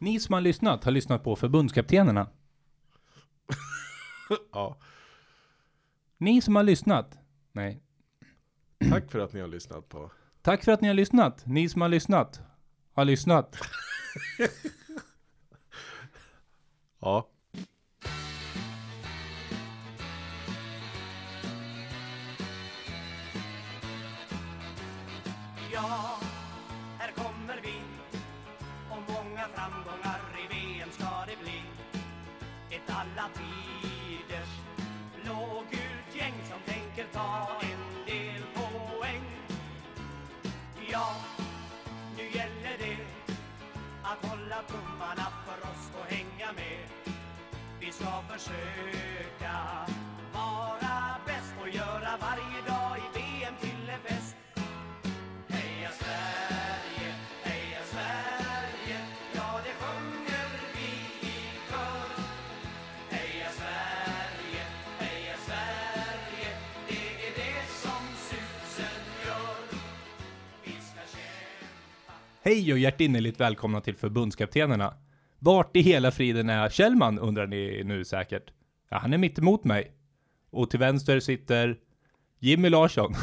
Ni som har lyssnat på förbundskaptenerna. Ja. Ni som har lyssnat. Nej. Tack för att ni har lyssnat på. Tack för att ni har lyssnat. Ni som har lyssnat. Har lyssnat. Ja. Ja, här kommer vi. Och många framgångar i VM ska det bli. Ett alla tiders blågult gäng som tänker ta en del poäng. Ja, nu gäller det att hålla tummarna för oss och hänga med. Vi ska försöka vara bäst och göra varje dag i VM till en fest. Heja Sverige, ja det sjunger vi i kör. Heja Sverige, det är det som susen gör. Vi ska kämpa. Hej och hjärtinnerligt välkomna till förbundskaptenerna. Vart i hela friden är Kjellman, undrar ni nu säkert. Ja, han är mitt emot mig. Och till vänster sitter Jimmy Larsson.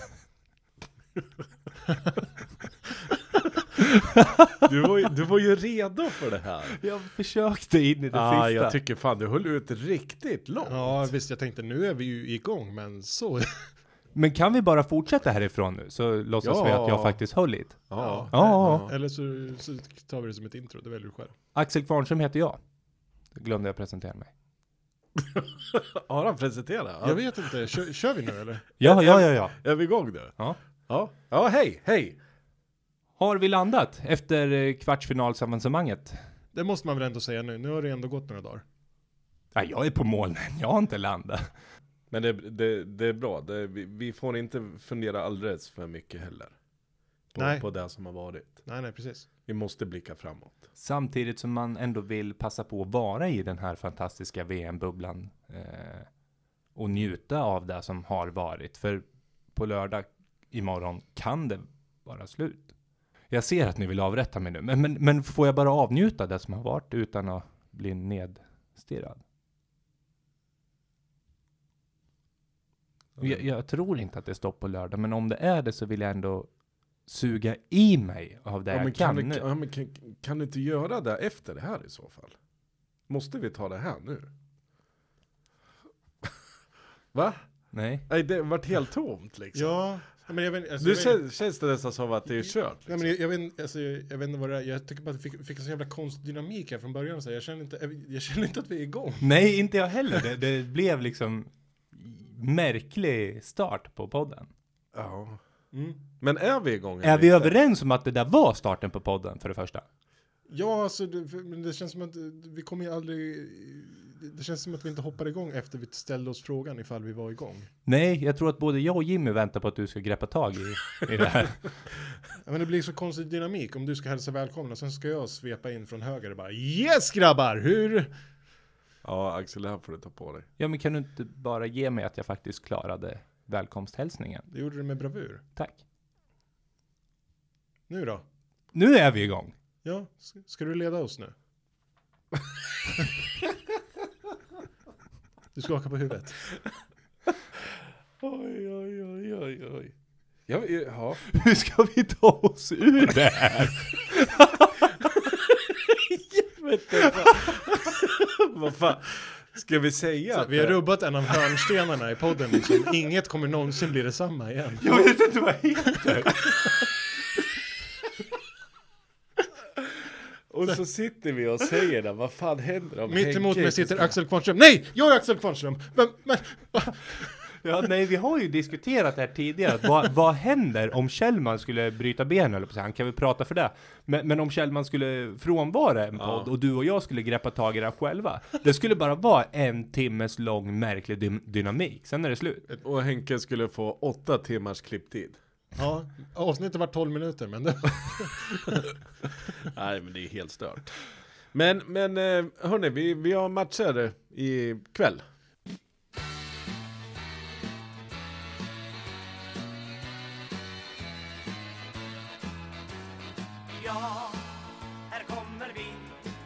Du var ju redo för det här. Jag försökte in i det sista. Jag tycker fan du höll ut riktigt långt. Ja visst, jag tänkte nu är vi ju igång, men så... Men kan vi bara fortsätta härifrån nu? Så låtsas vi att jag faktiskt höll hit. Ja. Eller så tar vi det som ett intro, det väljer du själv. Axel Kvarnström heter jag. Det glömde jag presentera mig. Har han presenterat? Jag vet inte, kör vi nu eller? Ja. Är vi igång nu? Ja. Ja, hej. Har vi landat efter kvartsfinalsavancemanget? Det måste man väl ändå säga nu har det ändå gått några dagar. Ja, jag är på mål, men jag har inte landat. Men det är bra. Vi får inte fundera alldeles för mycket heller. På det som har varit. Nej, precis. Vi måste blicka framåt. Samtidigt som man ändå vill passa på att vara i den här fantastiska VM-bubblan. Och njuta av det som har varit. För på lördag imorgon kan det vara slut. Jag ser att ni vill avrätta mig nu. Men får jag bara avnjuta det som har varit utan att bli nedstirrad? Jag tror inte att det står på lördag. Men om det är det så vill jag ändå suga i mig av det jag kan nu. Kan du inte göra det efter det här i så fall? Måste vi ta det här nu? Va? Nej. Det har varit helt tomt liksom. Ja, men jag vet, Känns det nästan som att det är kört? Liksom. Ja, men jag vet inte vad det är. Jag tycker bara att det fick en så jävla konstig dynamik här från början. Så jag känner inte att vi är igång. Nej, inte jag heller. Det blev liksom märklig start på podden. Ja. Men är vi igång? Är vi överens om att det där var starten på podden för det första? Ja, alltså det känns som att vi kommer ju aldrig... Det känns som att vi inte hoppar igång efter vi ställde oss frågan ifall vi var igång. Nej, jag tror att både jag och Jimmy väntar på att du ska greppa tag i det här. Ja, men det blir så konstig dynamik om du ska hälsa välkomna. Sen ska jag svepa in från höger och bara yes grabbar, hur? Ja, Axel, det här får du ta på dig. Ja, men kan du inte bara ge mig att jag faktiskt klarade välkomsthälsningen? Det gjorde du med bravur. Tack. Nu då? Nu är vi igång. Ja, ska du leda oss nu? Du skakar på huvudet. Oj. Ja. Hur ska vi ta oss ur det här? Vad fan ska vi säga? Så, vi har rubbat en av hörnstenarna i podden. Liksom. Inget kommer någonsin bli detsamma igen. Jag vet inte vad det heter. Och så sitter vi och säger det. Vad fan händer om Mitt emot mig sitter Axel Kvarnström. Nej, jag är Axel Kvarnström. Men Ja, nej, vi har ju diskuterat det här tidigare. Vad händer om Kjellman skulle bryta ben, eller på så han kan väl prata för det. Men om Kjellman skulle frånvara en podd och du och jag skulle greppa tag i det själva. Det skulle bara vara 1 timmes lång märklig dynamik. Sen är det slut. Och Henke skulle få 8 timmars klipptid. ja, avsnittet var 12 minuter, men det... Nej, men det är helt stört. Men hörni, vi har matcher i kväll. Ja, här kommer vi.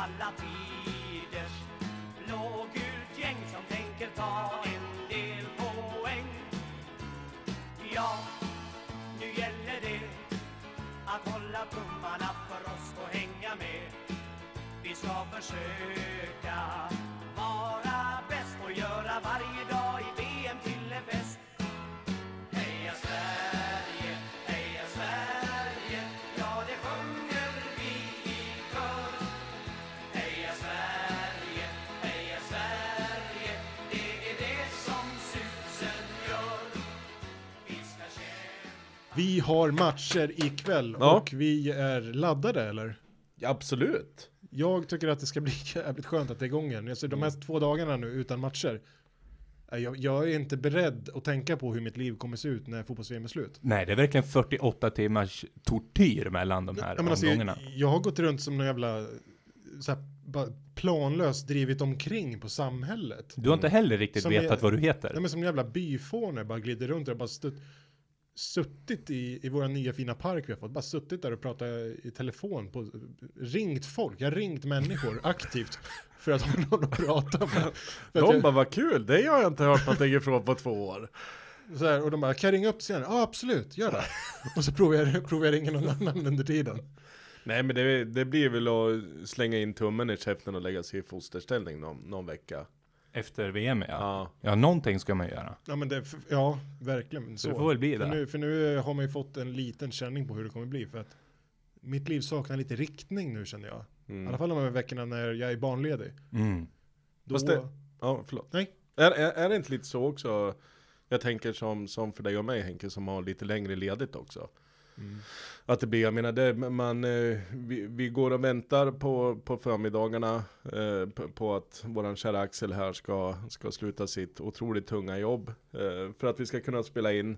alla tiders blågult gäng som tänker ta en del poäng. Ja, nu gäller det att hålla tummarna för oss och hänga med. Vi ska försöka vara bäst och göra varje dag i VM till en fest. Heja Sverige, heja Sverige, ja det sjunger vi i kör. Heja Sverige, det är det som susen gör. Vi ska kämpa. Vi har matcher ikväll och vi är laddade, eller? Ja, absolut. Jag tycker att det ska bli jävligt skönt att det är igång igen. Alltså, de här 2 dagarna nu utan matcher. Jag är inte beredd att tänka på hur mitt liv kommer se ut när fotbolls-VM är slut. Nej, det är verkligen 48 timmars tortyr mellan de här omgångarna. Alltså, jag har gått runt som någon jävla så här, bara planlöst drivit omkring på samhället. Du har inte heller riktigt som vetat vad du heter. Nej, men som en jävla byfåne bara glider runt och bara suttit i våra nya fina park vi har fått. Bara suttit där och pratat i telefon på, ringt folk. Jag har ringt människor aktivt för att ha någon att prata med. De bara, vad kul, det har jag inte hört någonting ifrån på 2 år. Så här, och de bara, kan jag ringa upp senare? Ja, absolut, gör det. Och så provar jag ringa någon annan under tiden. Nej, men det blir väl att slänga in tummen i käften och lägga sig i fosterställning någon vecka. Efter VM, ja, någonting ska man göra. Ja, men ja, verkligen så. Det får väl bli det. För nu har man ju fått en liten känning på hur det kommer bli. För att mitt liv saknar lite riktning nu, känner jag. I alla fall de här veckorna när jag är barnledig. Då... Förlåt. Nej. Är det inte lite så också? Jag tänker som för dig och mig, Henke, som har lite längre ledigt också. Att det blir, jag menar, vi går och väntar på förmiddagarna på att våran kära Axel här ska sluta sitt otroligt tunga jobb för att vi ska kunna spela in.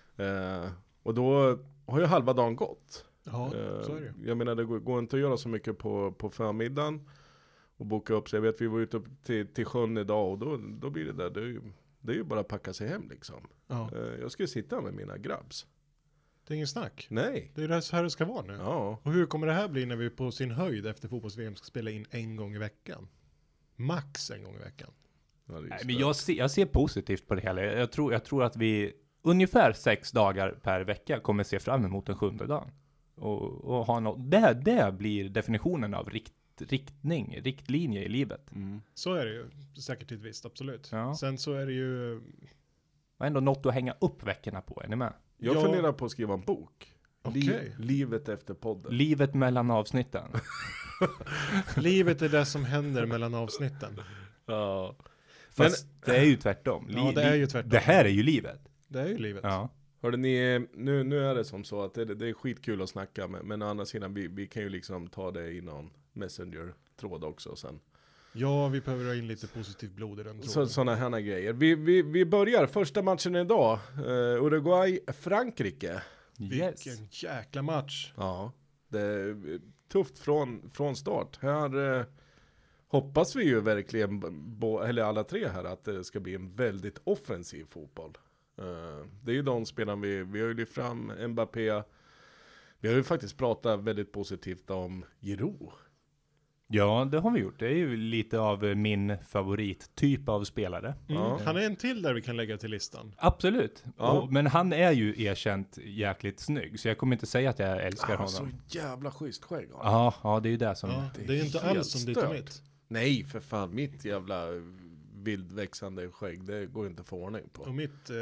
Och då har ju halva dagen gått. Ja, så är det. Jag menar, det går inte att göra så mycket på förmiddagen och boka upp sig. Jag vet, vi var ute upp till sjön idag och då blir det där. Det är ju bara att packa sig hem liksom. Ja. Jag ska sitta med mina grabbs. Det är ingen snack. Nej. Det är det så här det ska vara nu. Ja. Och hur kommer det här bli när vi på sin höjd efter fotbolls-VM ska spela in 1 gång i veckan? Max 1 gång i veckan. Ja, Nej, men jag ser positivt på det hela. Jag tror att vi ungefär 6 dagar per vecka kommer se fram emot den 7:e dagen. Och ha något. Det blir definitionen av riktlinje i livet. Så är det ju säkert till ett visst, absolut. Ja. Sen så är det ju... Och ändå något att hänga upp veckorna på, är ni med? Jag funderar på att skriva en bok. Okej. Livet efter podden. Livet mellan avsnitten. Livet är det som händer mellan avsnitten. Ja. Fast det är ju tvärtom. Ja, det är ju tvärtom. Det här är ju livet. Det är ju livet. Ja. Hörde ni, nu är det som så att det är skitkul att snacka med, men å andra sidan vi kan ju liksom ta det i någon Messenger-tråd också sen. Ja, vi behöver ha in lite positivt blod i den tråden. Sådana här grejer. Vi börjar första matchen idag. Uruguay-Frankrike. Yes. Vilken jäkla match. Ja, det är tufft från start. Här hoppas vi ju verkligen, eller alla tre här, att det ska bli en väldigt offensiv fotboll. Det är ju de spelarna vi har ju lyft fram, Mbappé. Vi har ju faktiskt pratat väldigt positivt om Giroud. Ja, det har vi gjort. Det är ju lite av min favorittyp av spelare. Ja. Han är en till där vi kan lägga till listan. Absolut. Ja. Men han är ju erkänt jäkligt snygg. Så jag kommer inte säga att jag älskar honom. Så jävla schysst skägg. Ja, det är ju det som... Ja, det är inte helt alls som ditt och mitt. Nej, för fan. Mitt jävla vildväxande skägg, det går inte att få ordning på. Och mitt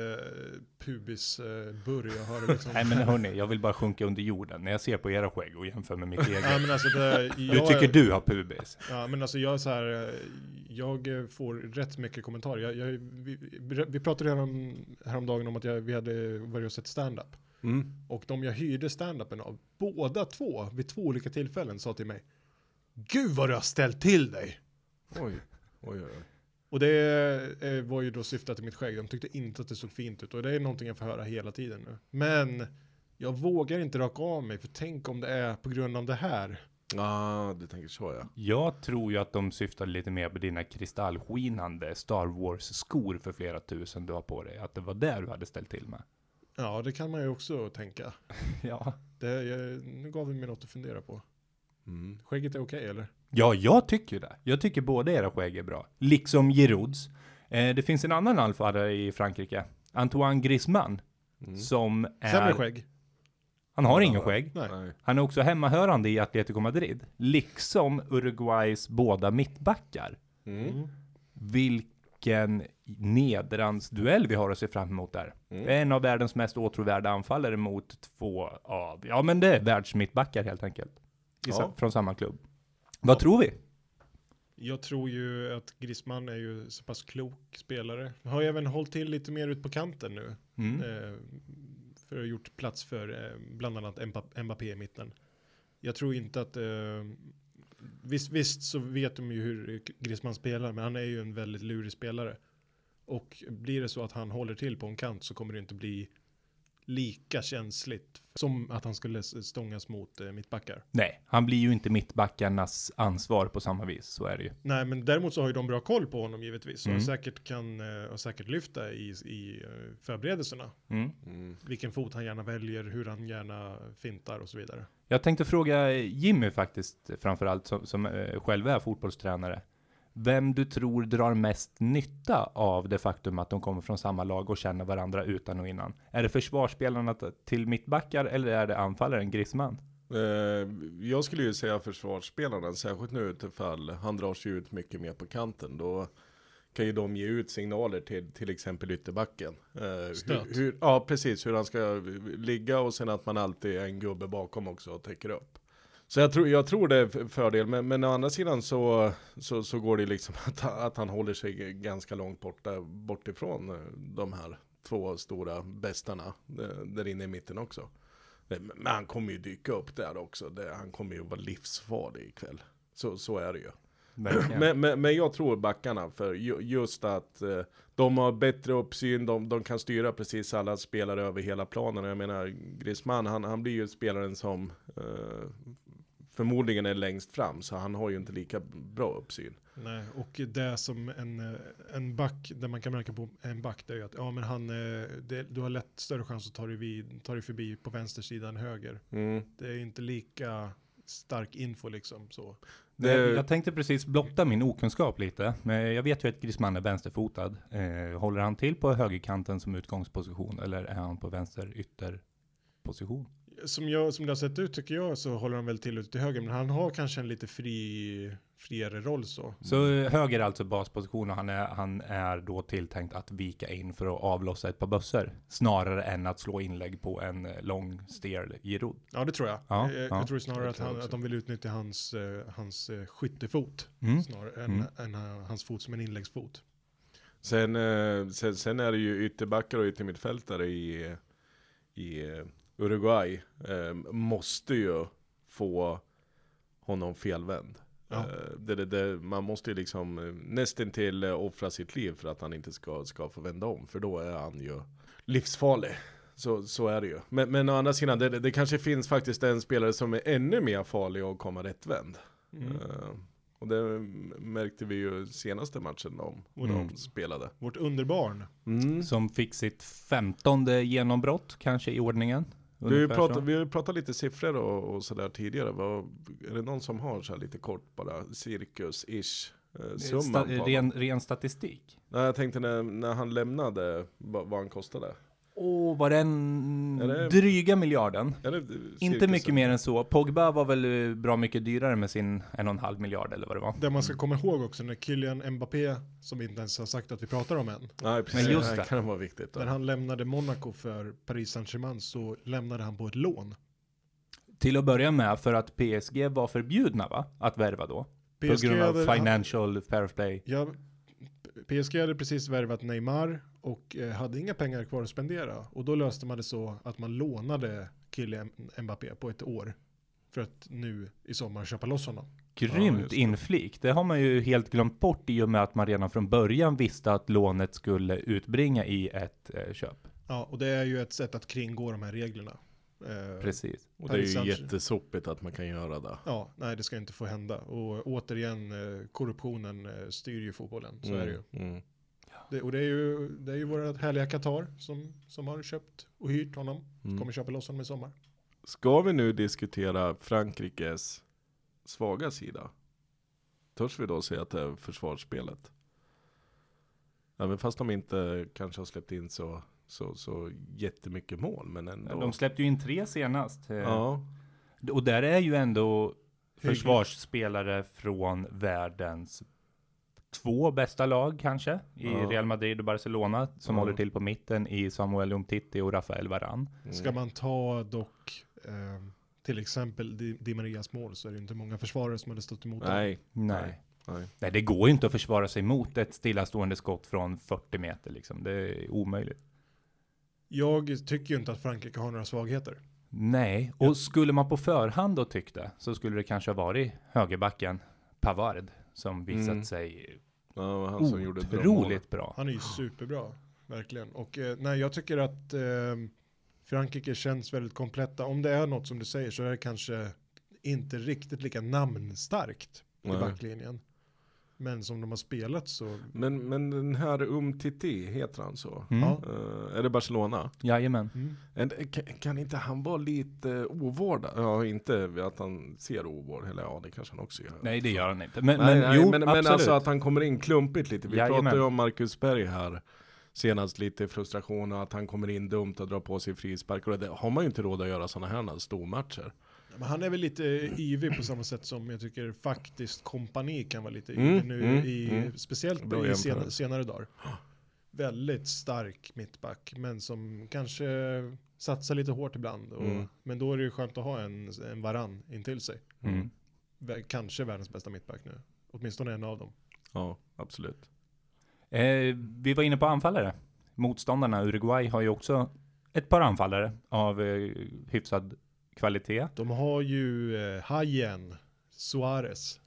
pubisburr, jag har liksom... Nej men hörni, jag vill bara sjunka under jorden när jag ser på era skägg och jämför med mitt eget. Ja, men alltså Hur tycker du har pubis? Ja, men alltså jag är så här, jag får rätt mycket kommentarer. Vi pratade häromdagen om att vi hade varit och sett stand-up. Och de jag hyrde stand-upen av, båda två, vid 2 olika tillfällen, sa till mig: Gud vad du har ställt till dig! Oj. Och det var ju då syftat till mitt skägg. De tyckte inte att det såg fint ut. Och det är någonting jag får höra hela tiden nu. Men jag vågar inte raka av mig. För tänk om det är på grund av det här. Ja, du tänker så, ja. Jag tror ju att de syftar lite mer på dina kristallskinande Star Wars-skor för flera tusen du har på dig. Att det var där du hade ställt till med. Ja, det kan man ju också tänka. Ja. Nu gav vi mig något att fundera på. Skägget är okej, eller? Ja, jag tycker det. Jag tycker båda era skägg är bra. Liksom Girouds. Det finns en annan anfallare i Frankrike. Antoine Griezmann. Som är... Sämre skägg? Han har ingen skägg. Nej. Han är också hemmahörande i Atletico Madrid. Liksom Uruguays båda mittbackar. Vilken nedransduell vi har att se fram emot där. Det är en av världens mest åtråvärda anfallare mot två av... Ja, men det är världsmittbackar helt enkelt. Från samma klubb. Vad tror vi? Jag tror ju att Griezmann är ju så pass klok spelare. Har ju även hållit till lite mer ut på kanten nu. För att ha gjort plats för bland annat Mbappé i mitten. Jag tror inte att... Visst så vet de ju hur Griezmann spelar, men han är ju en väldigt lurig spelare. Och blir det så att han håller till på en kant så kommer det inte bli lika känsligt som att han skulle stångas mot mittbackar. Nej, han blir ju inte mittbackarnas ansvar på samma vis, så är det ju. Nej, men däremot så har ju de bra koll på honom givetvis. Så han säkert kan säkert lyfta i förberedelserna. Vilken fot han gärna väljer, hur han gärna fintar och så vidare. Jag tänkte fråga Jimmy faktiskt, framförallt som själv är fotbollstränare. Vem du tror drar mest nytta av det faktum att de kommer från samma lag och känner varandra utan och innan? Är det försvarsspelarna till mittbackar eller är det anfallaren Griezmann? Jag skulle ju säga försvarsspelarna, särskilt nu utifall han drar sig ut mycket mer på kanten. Då kan ju de ge ut signaler till exempel ytterbacken. Ja, precis. Hur han ska ligga och sen att man alltid är en gubbe bakom också och täcker upp. Så jag tror det är fördel, men å andra sidan så går det liksom att han håller sig ganska långt bort ifrån de här två stora bästarna där inne i mitten också. Men han kommer ju dyka upp där också. Han kommer ju vara livsfarlig ikväll. Så är det ju. Men jag tror backarna, för just att de har bättre uppsyn, de kan styra precis alla spelare över hela planen. Jag menar, Griezmann, han blir ju spelaren som förmodligen är längst fram, så han har ju inte lika bra uppsyn. Nej, och det som en back, där man kan märka på en back, det är ju att ja, men du har lätt större chans att ta dig förbi på vänstersidan höger. Det är inte lika stark info liksom så. Jag tänkte precis blotta min okunskap lite. Men jag vet ju att Griezmann är vänsterfotad. Håller han till på högerkanten som utgångsposition eller är han på vänster ytterposition? Som det har sett ut tycker jag så håller han väl till ute till höger, men han har kanske en lite friare roll så. Så höger är alltså basposition och han är då tilltänkt att vika in för att avlossa ett par bössor snarare än att slå inlägg på en lång stel Giroud. Ja, det tror jag. Jag tror snarare att de vill utnyttja hans skyttefot snarare än hans fot som en inläggsfot. Sen är det ju ytterbackar och yttermittfältare i Uruguay måste ju få honom felvänd. Ja. Man måste ju liksom nästan till offra sitt liv för att han inte ska få vända om. För då är han ju livsfarlig. Så är det ju. Men å andra sidan, det kanske finns faktiskt en spelare som är ännu mer farlig att komma rättvänd. Och det märkte vi ju senaste matchen de spelade. Vårt underbarn. Som fick sitt 15:e genombrott kanske i ordningen. Vi har pratat lite siffror och sådär tidigare. Är det någon som har så här lite kort bara cirkus-ish summan? Ren statistik? Nej, jag tänkte när han lämnade vad han kostade. Var det dryga miljarden? Inte mycket mer än så. Pogba var väl bra mycket dyrare med sin 1,5 miljard eller vad det var. Det man ska komma ihåg också när Kylian Mbappé, som vi inte ens har sagt att vi pratar om än. Nej, precis. Men just det kan vara viktigt. När han lämnade Monaco för Paris Saint-Germain så lämnade han på ett lån. Till att börja med för att PSG var förbjudna att värva då. PSG på grund av financial fair play. Ja, PSG hade precis värvat Neymar och hade inga pengar kvar att spendera. Och då löste man det så att man lånade Kylian Mbappé på ett år för att nu i sommar köpa loss honom. Grymt inflik. Det har man ju helt glömt bort i och med att man redan från början visste att lånet skulle utbringa i ett köp. Ja, och det är ju ett sätt att kringgå de här reglerna. Precis. Och det är ju jättesoppigt att man kan göra det. Ja, nej det ska inte få hända. Och återigen, korruptionen styr ju fotbollen. Så är det ju. Och det är ju våra härliga Qatar som har köpt och hyrt honom. Kommer köpa loss honom i sommar. Ska vi nu diskutera Frankrikes svaga sida? Törs vi då säga att det är försvarsspelet? Även fast de inte kanske har släppt in så jättemycket mål, men ändå. De släppte ju in 3 senast. Ja. Och där är ju ändå försvarsspelare från världens 2 bästa lag kanske. I Real Madrid och Barcelona. Som håller till på mitten i Samuel Umtiti och Rafael Varane. Ska man ta dock till exempel Di Marias mål, så är det inte många försvarare som hade stått emot dem. Nej, det går ju inte att försvara sig mot ett stillastående skott från 40 meter liksom. Det är omöjligt. Jag tycker ju inte att Frankrike har några svagheter. Nej, och skulle man på förhand då tyckte, så skulle det kanske ha varit högerbacken Pavard som visat sig han som gjorde otroligt bra. Han är ju superbra, verkligen. Och nej, jag tycker att Frankrike känns väldigt kompletta. Om det är något som du säger så är det kanske inte riktigt lika namnstarkt i backlinjen. Men som de har spelat så... Men den här Umtiti, heter han så? Är det Barcelona? Jajamän. Kan inte han vara lite ovårdad? Ja, inte att han ser ovård. Eller ja, det kanske han också gör. Nej, det gör han inte. Men alltså att han kommer in klumpigt lite. Vi pratade ju om Marcus Berg här. Senast lite frustration att han kommer in dumt och drar på sig frispark. Och det har man ju inte råd att göra sådana här stormatcher. Men han är väl lite yvig på samma sätt som jag tycker faktiskt kompani kan vara lite yvig nu speciellt i senare dagar. Väldigt stark mittback, men som kanske satsar lite hårt ibland. Men då är det ju skönt att ha en Varane intill sig. Kanske världens bästa mittback nu. Åtminstone en av dem. Ja, absolut. Vi var inne på anfallare. Motståndarna Uruguay har ju också ett par anfallare av hyfsad kvalitet. De har ju Hajen Suarez.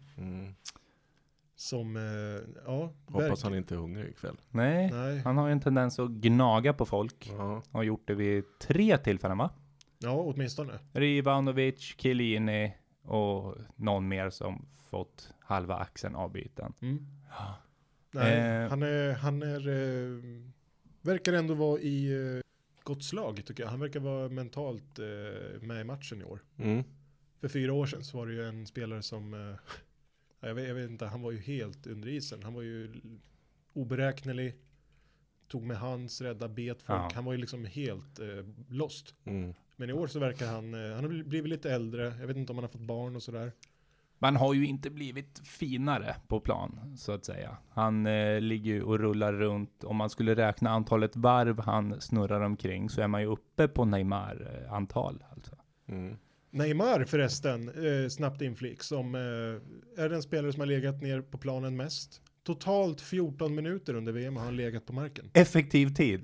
Som, hoppas han inte är hungrig ikväll. Nej, han har ju en tendens att gnaga på folk. Har gjort det vid 3 tillfällen, va? Ja, åtminstone. Ivanovic, Chiellini och någon mer som fått halva axeln avbiten. Nej, han är verkar ändå vara i gott slag, tycker jag. Han verkar vara mentalt med i matchen i år. För 4 år sedan så var det ju en spelare som jag vet inte, han var ju helt under isen. Han var ju oberäknelig, tog med hands, rädda bet folk. Han var ju liksom helt lost. Men i år så verkar han har blivit lite äldre. Jag vet inte om han har fått barn och sådär. Man har ju inte blivit finare på plan, så att säga. Han ligger ju och rullar runt. Om man skulle räkna antalet varv han snurrar omkring så är man ju uppe på Neymar-antal. Alltså. Neymar förresten, snabbt inflik, som är den spelare som har legat ner på planen mest. Totalt 14 minuter under VM har han legat på marken. Effektiv tid.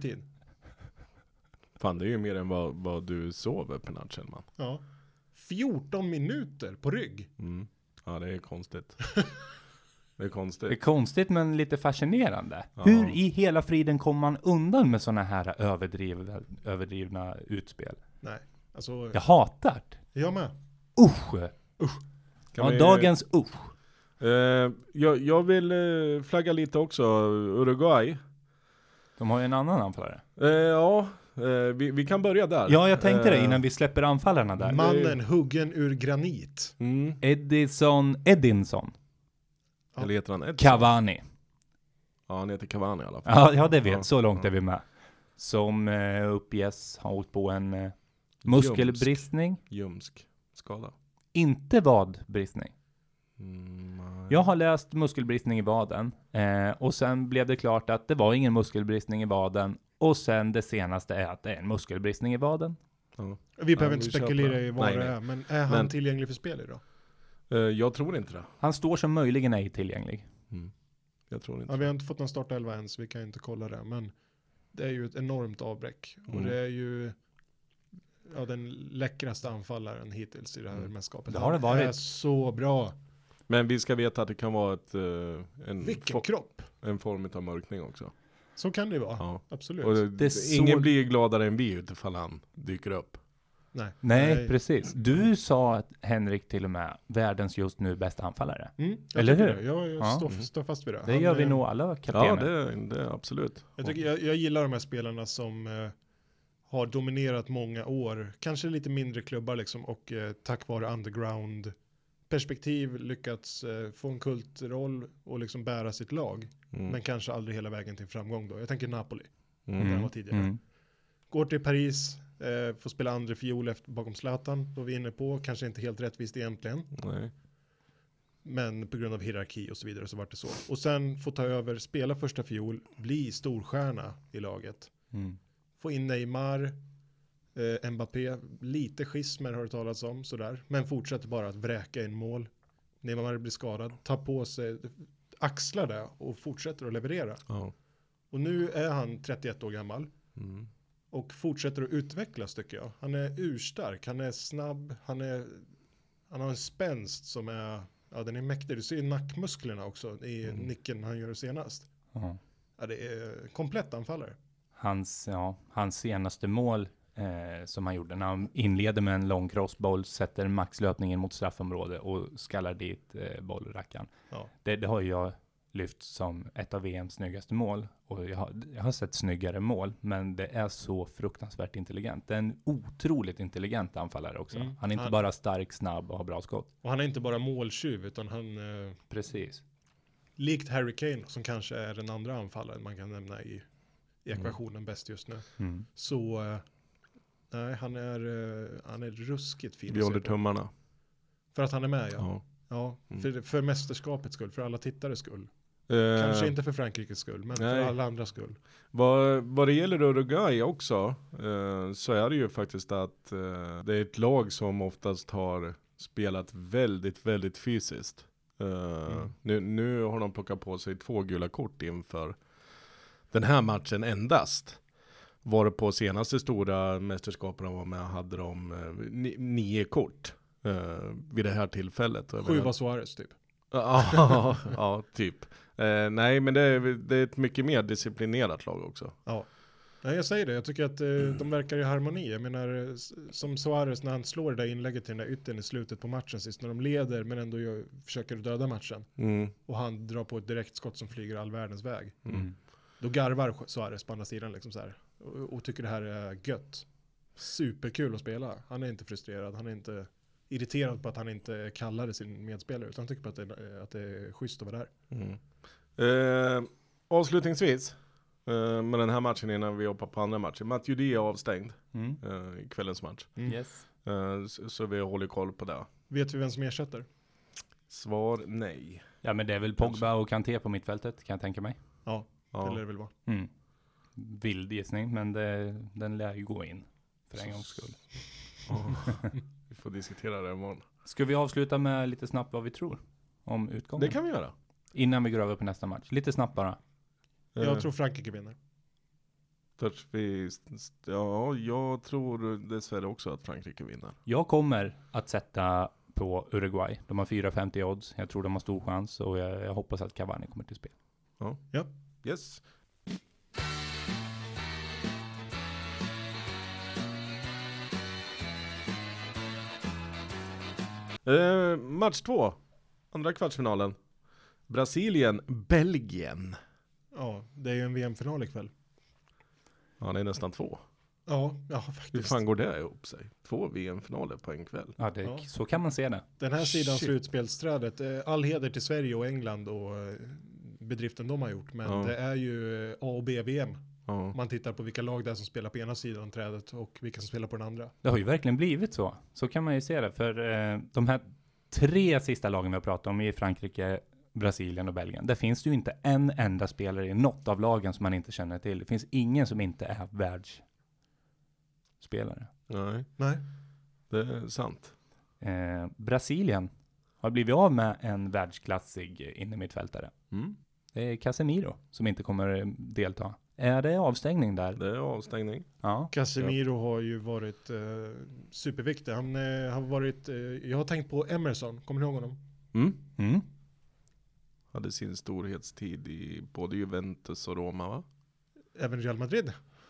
Fan, det är ju mer än vad du sover på natten, man. Ja. 14 minuter på rygg. Ja, det är konstigt. Det är konstigt men lite fascinerande. Hur i hela friden kommer man undan med såna här överdrivna utspel? Nej, alltså... Jag hatar det. Jag med. Usch. Dagens usch. Jag vill flagga lite också. Uruguay. De har ju en annan anfallare. Vi kan börja där. Ja, jag tänkte det innan vi släpper anfallarna där. Mannen huggen ur granit. Edinson. Eller heter han Edson? Cavani. Ja, han heter Cavani i alla fall. Ja, det vet. Så långt är vi med. Som uppges har hållit på en muskelbristning. Ljumsk skada. Inte vadbristning. Jag har läst muskelbristning i vaden. Och sen blev det klart att det var ingen muskelbristning i vaden. Och sen det senaste är att det är en muskelbristning i vaden. Vi behöver inte spekulera i vad det är. Men är han tillgänglig för spel idag? Jag tror inte det. Han står som möjligen ej tillgänglig. Jag tror inte. Vi har inte fått någon startelva än, så vi kan inte kolla det. Men det är ju ett enormt avbräck. Och det är ju den läckraste anfallaren hittills i det här mästerskapet. Det har det varit. Det är så bra. Men vi ska veta att det kan vara vilken kropp. En form av mörkning också. Så kan det vara, absolut. Och ingen blir gladare än vi utifall han dyker upp. Nej, precis. Du sa att Henrik till och med världens just nu bästa anfallare. Eller hur? Jag står fast vid det. Det gör vi nog alla kaptener. Ja, det är absolut. Jag gillar de här spelarna som har dominerat många år. Kanske lite mindre klubbar liksom, och tack vare underground perspektiv lyckats få en kultroll och liksom bära sitt lag. Men kanske aldrig hela vägen till framgång då. Jag tänker Napoli. Där han var tidigare. Går till Paris, får spela andra fiol bakom Zlatan. Då är vi inne på, kanske inte helt rättvist egentligen. Nej. Men på grund av hierarki och så vidare så var det så. Och sen få ta över, spela första fiol, bli storstjärna i laget. Få in Neymar, Mbappé, lite schismer har det talats om sådär. Men fortsätter bara att vräka in mål. Neymar blir skadad, tar på sig, axlar det och fortsätter att leverera. Ja. Och nu är han 31 år gammal. Och fortsätter att utvecklas tycker jag. Han är urstark, han är snabb, han har en spänst som är, ja den är mäktig. Du ser nackmusklerna också i nicken han gör senast. Ja, det är komplett anfallare. Hans senaste mål som han gjorde när han inleder med en lång crossboll, sätter maxlöpningen mot straffområde och skallar dit bollrackaren. Ja. Det har jag lyft som ett av VMs snyggaste mål. Och jag har sett snyggare mål, men det är så fruktansvärt intelligent. Det är en otroligt intelligent anfallare också. Han är inte bara stark, snabb och har bra skott. Och han är inte bara måltjuv, utan han... Precis. Likt Harry Kane, som kanske är den andra anfallaren man kan nämna i ekvationen bäst just nu. Så nej, han är ruskigt fin. Vi håller tummarna. För att han är med, ja. För mästerskapets skull, för alla tittares skull. Kanske inte för Frankrikes skull, men för alla andras skull. Vad det gäller Uruguay också, så är det ju faktiskt att det är ett lag som oftast har spelat väldigt, väldigt fysiskt. Nu har de plockat på sig 2 gula kort inför den här matchen endast. Var det på senaste stora mästerskapen de var med hade de 9 kort vid det här tillfället. 7 var Suarez typ. Ja, typ. Nej, men det är ett mycket mer disciplinerat lag också. Ja. Nej, jag säger det. Jag tycker att de verkar i harmoni. Jag menar, som Suarez när han slår det där inlägget till den där ytten i slutet på matchen sist, när de leder men ändå försöker döda matchen. Och han drar på ett direktskott som flyger all världens väg. Då garvar Suarez på andra sidan liksom så här, och tycker det här är gött. Superkul att spela. Han är inte frustrerad. Han är inte irriterad på att han inte kallade sin medspelare, utan tycker på att det är schysst att vara där. Avslutningsvis med den här matchen innan vi hoppar på andra matcher. Matuidi är avstängd i kvällens match. Yes. Så vi håller koll på det. Vet vi vem som ersätter? Svar nej. Ja, men det är väl Pogba och Kanté på mittfältet, kan jag tänka mig. Ja. Det lär det väl vara. Vild gissning, men den lär ju gå in för en gångs skull. Vi får diskutera det imorgon. Ska vi avsluta med lite snabbt vad vi tror om utgången? Det kan vi göra. Innan vi går över på nästa match. Lite snabbt bara. Jag tror Frankrike vinner. Jag tror dessvärre också att Frankrike vinner. Jag kommer att sätta på Uruguay. De har 4,50 odds. Jag tror de har stor chans och jag hoppas att Cavani kommer till spel. Ja. Yes. Match 2. Andra kvartsfinalen. Brasilien-Belgien. Ja, det är ju en VM-final ikväll. Ja, det är nästan 2. Ja, faktiskt. Hur fan går det ihop sig? 2 VM-finaler på en kväll. Ja, så kan man se det. Den här sidan slutspelsträdet. All heder till Sverige och England och bedriften de har gjort. Men det är ju A och B-VM. Man tittar på vilka lag det är som spelar på ena sidan trädet och vilka som spelar på den andra. Det har ju verkligen blivit så. Så kan man ju se det. För de här 3 sista lagen vi har pratat om i Frankrike, Brasilien och Belgien. Där finns det ju inte en enda spelare i något av lagen som man inte känner till. Det finns ingen som inte är världsspelare. Nej. Det är sant. Brasilien har blivit av med en världsklassig innermittfältare. Det är Casemiro som inte kommer delta. Är det avstängning där? Det är avstängning. Ja. Casemiro har ju varit superviktig. Han har varit, jag har tänkt på Emerson, kommer ni ihåg honom? Hade sin storhetstid i både Juventus och Roma, va? Även Real Madrid.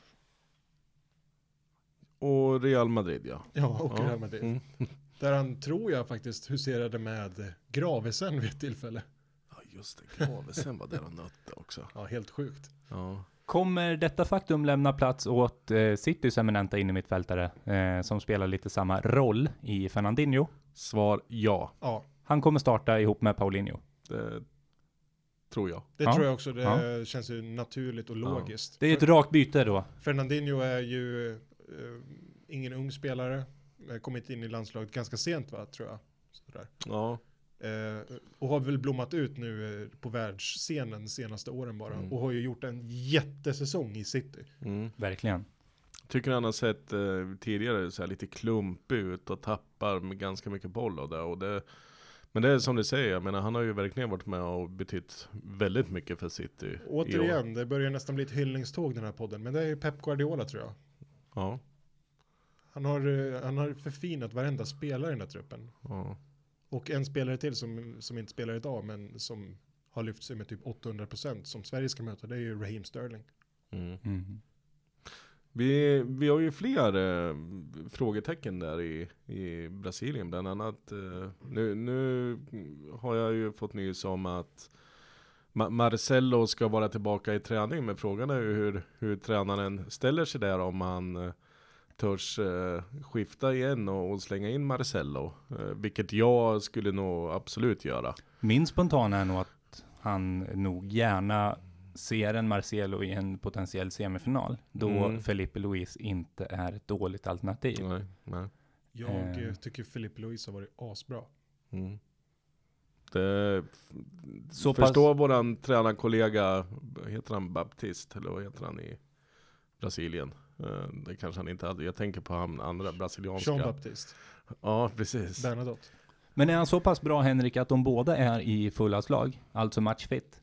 Och Real Madrid, ja. Ja, och Real Madrid. Där han, tror jag faktiskt, huserade med Gravesen vid ett tillfälle. Ja, just det. Gravesen var där och nötte också. Ja, helt sjukt. Ja. Kommer detta faktum lämna plats åt Citys eminenta innermittfältare som spelar lite samma roll i Fernandinho? Svar ja. Ja, Han kommer starta ihop med Paulinho. Det tror jag. Det tror jag också. Det känns ju naturligt och logiskt. Det är ett rakt byte då. Fernandinho är ju ingen ung spelare. Kommit in i landslaget ganska sent, va, tror jag. Sådär. Ja. Och har väl blommat ut nu på världsscenen senaste åren bara. Och har ju gjort en jättesäsong i City. Verkligen. Tycker han har sett tidigare så här lite klumpig ut och tappar med ganska mycket boll och det. Men det är som du säger, jag menar, han har ju verkligen varit med och betytt väldigt mycket för City. Återigen, det börjar nästan bli ett hyllningståg den här podden. Men det är ju Pep Guardiola, tror jag. Ja. Han har förfinat varenda spelare i den här truppen. Ja. Och en spelare till som inte spelar idag, men som har lyft sig med typ 800% som Sverige ska möta, det är ju Raheem Sterling. Vi har ju fler frågetecken där i Brasilien. Bland annat, nu har jag ju fått nys om att Marcelo ska vara tillbaka i träning. Men frågan är ju hur tränaren ställer sig där, om han törs skifta igen och slänga in Marcelo. Vilket jag skulle nog absolut göra. Min spontana är nog att han nog gärna ser en Marcelo i en potentiell semifinal. Då Felipe Luis inte är ett dåligt alternativ. Nej. Jag tycker Felipe Luis har varit asbra. Förstår våran tränarkollega, heter han Baptist eller vad heter han i Brasilien? Det kanske han inte hade. Jag tänker på han andra brasilianska. Jean Baptist. Ja, precis. Bernadotte. Men är han så pass bra, Henrik, att de båda är i fullslag? Alltså matchfit?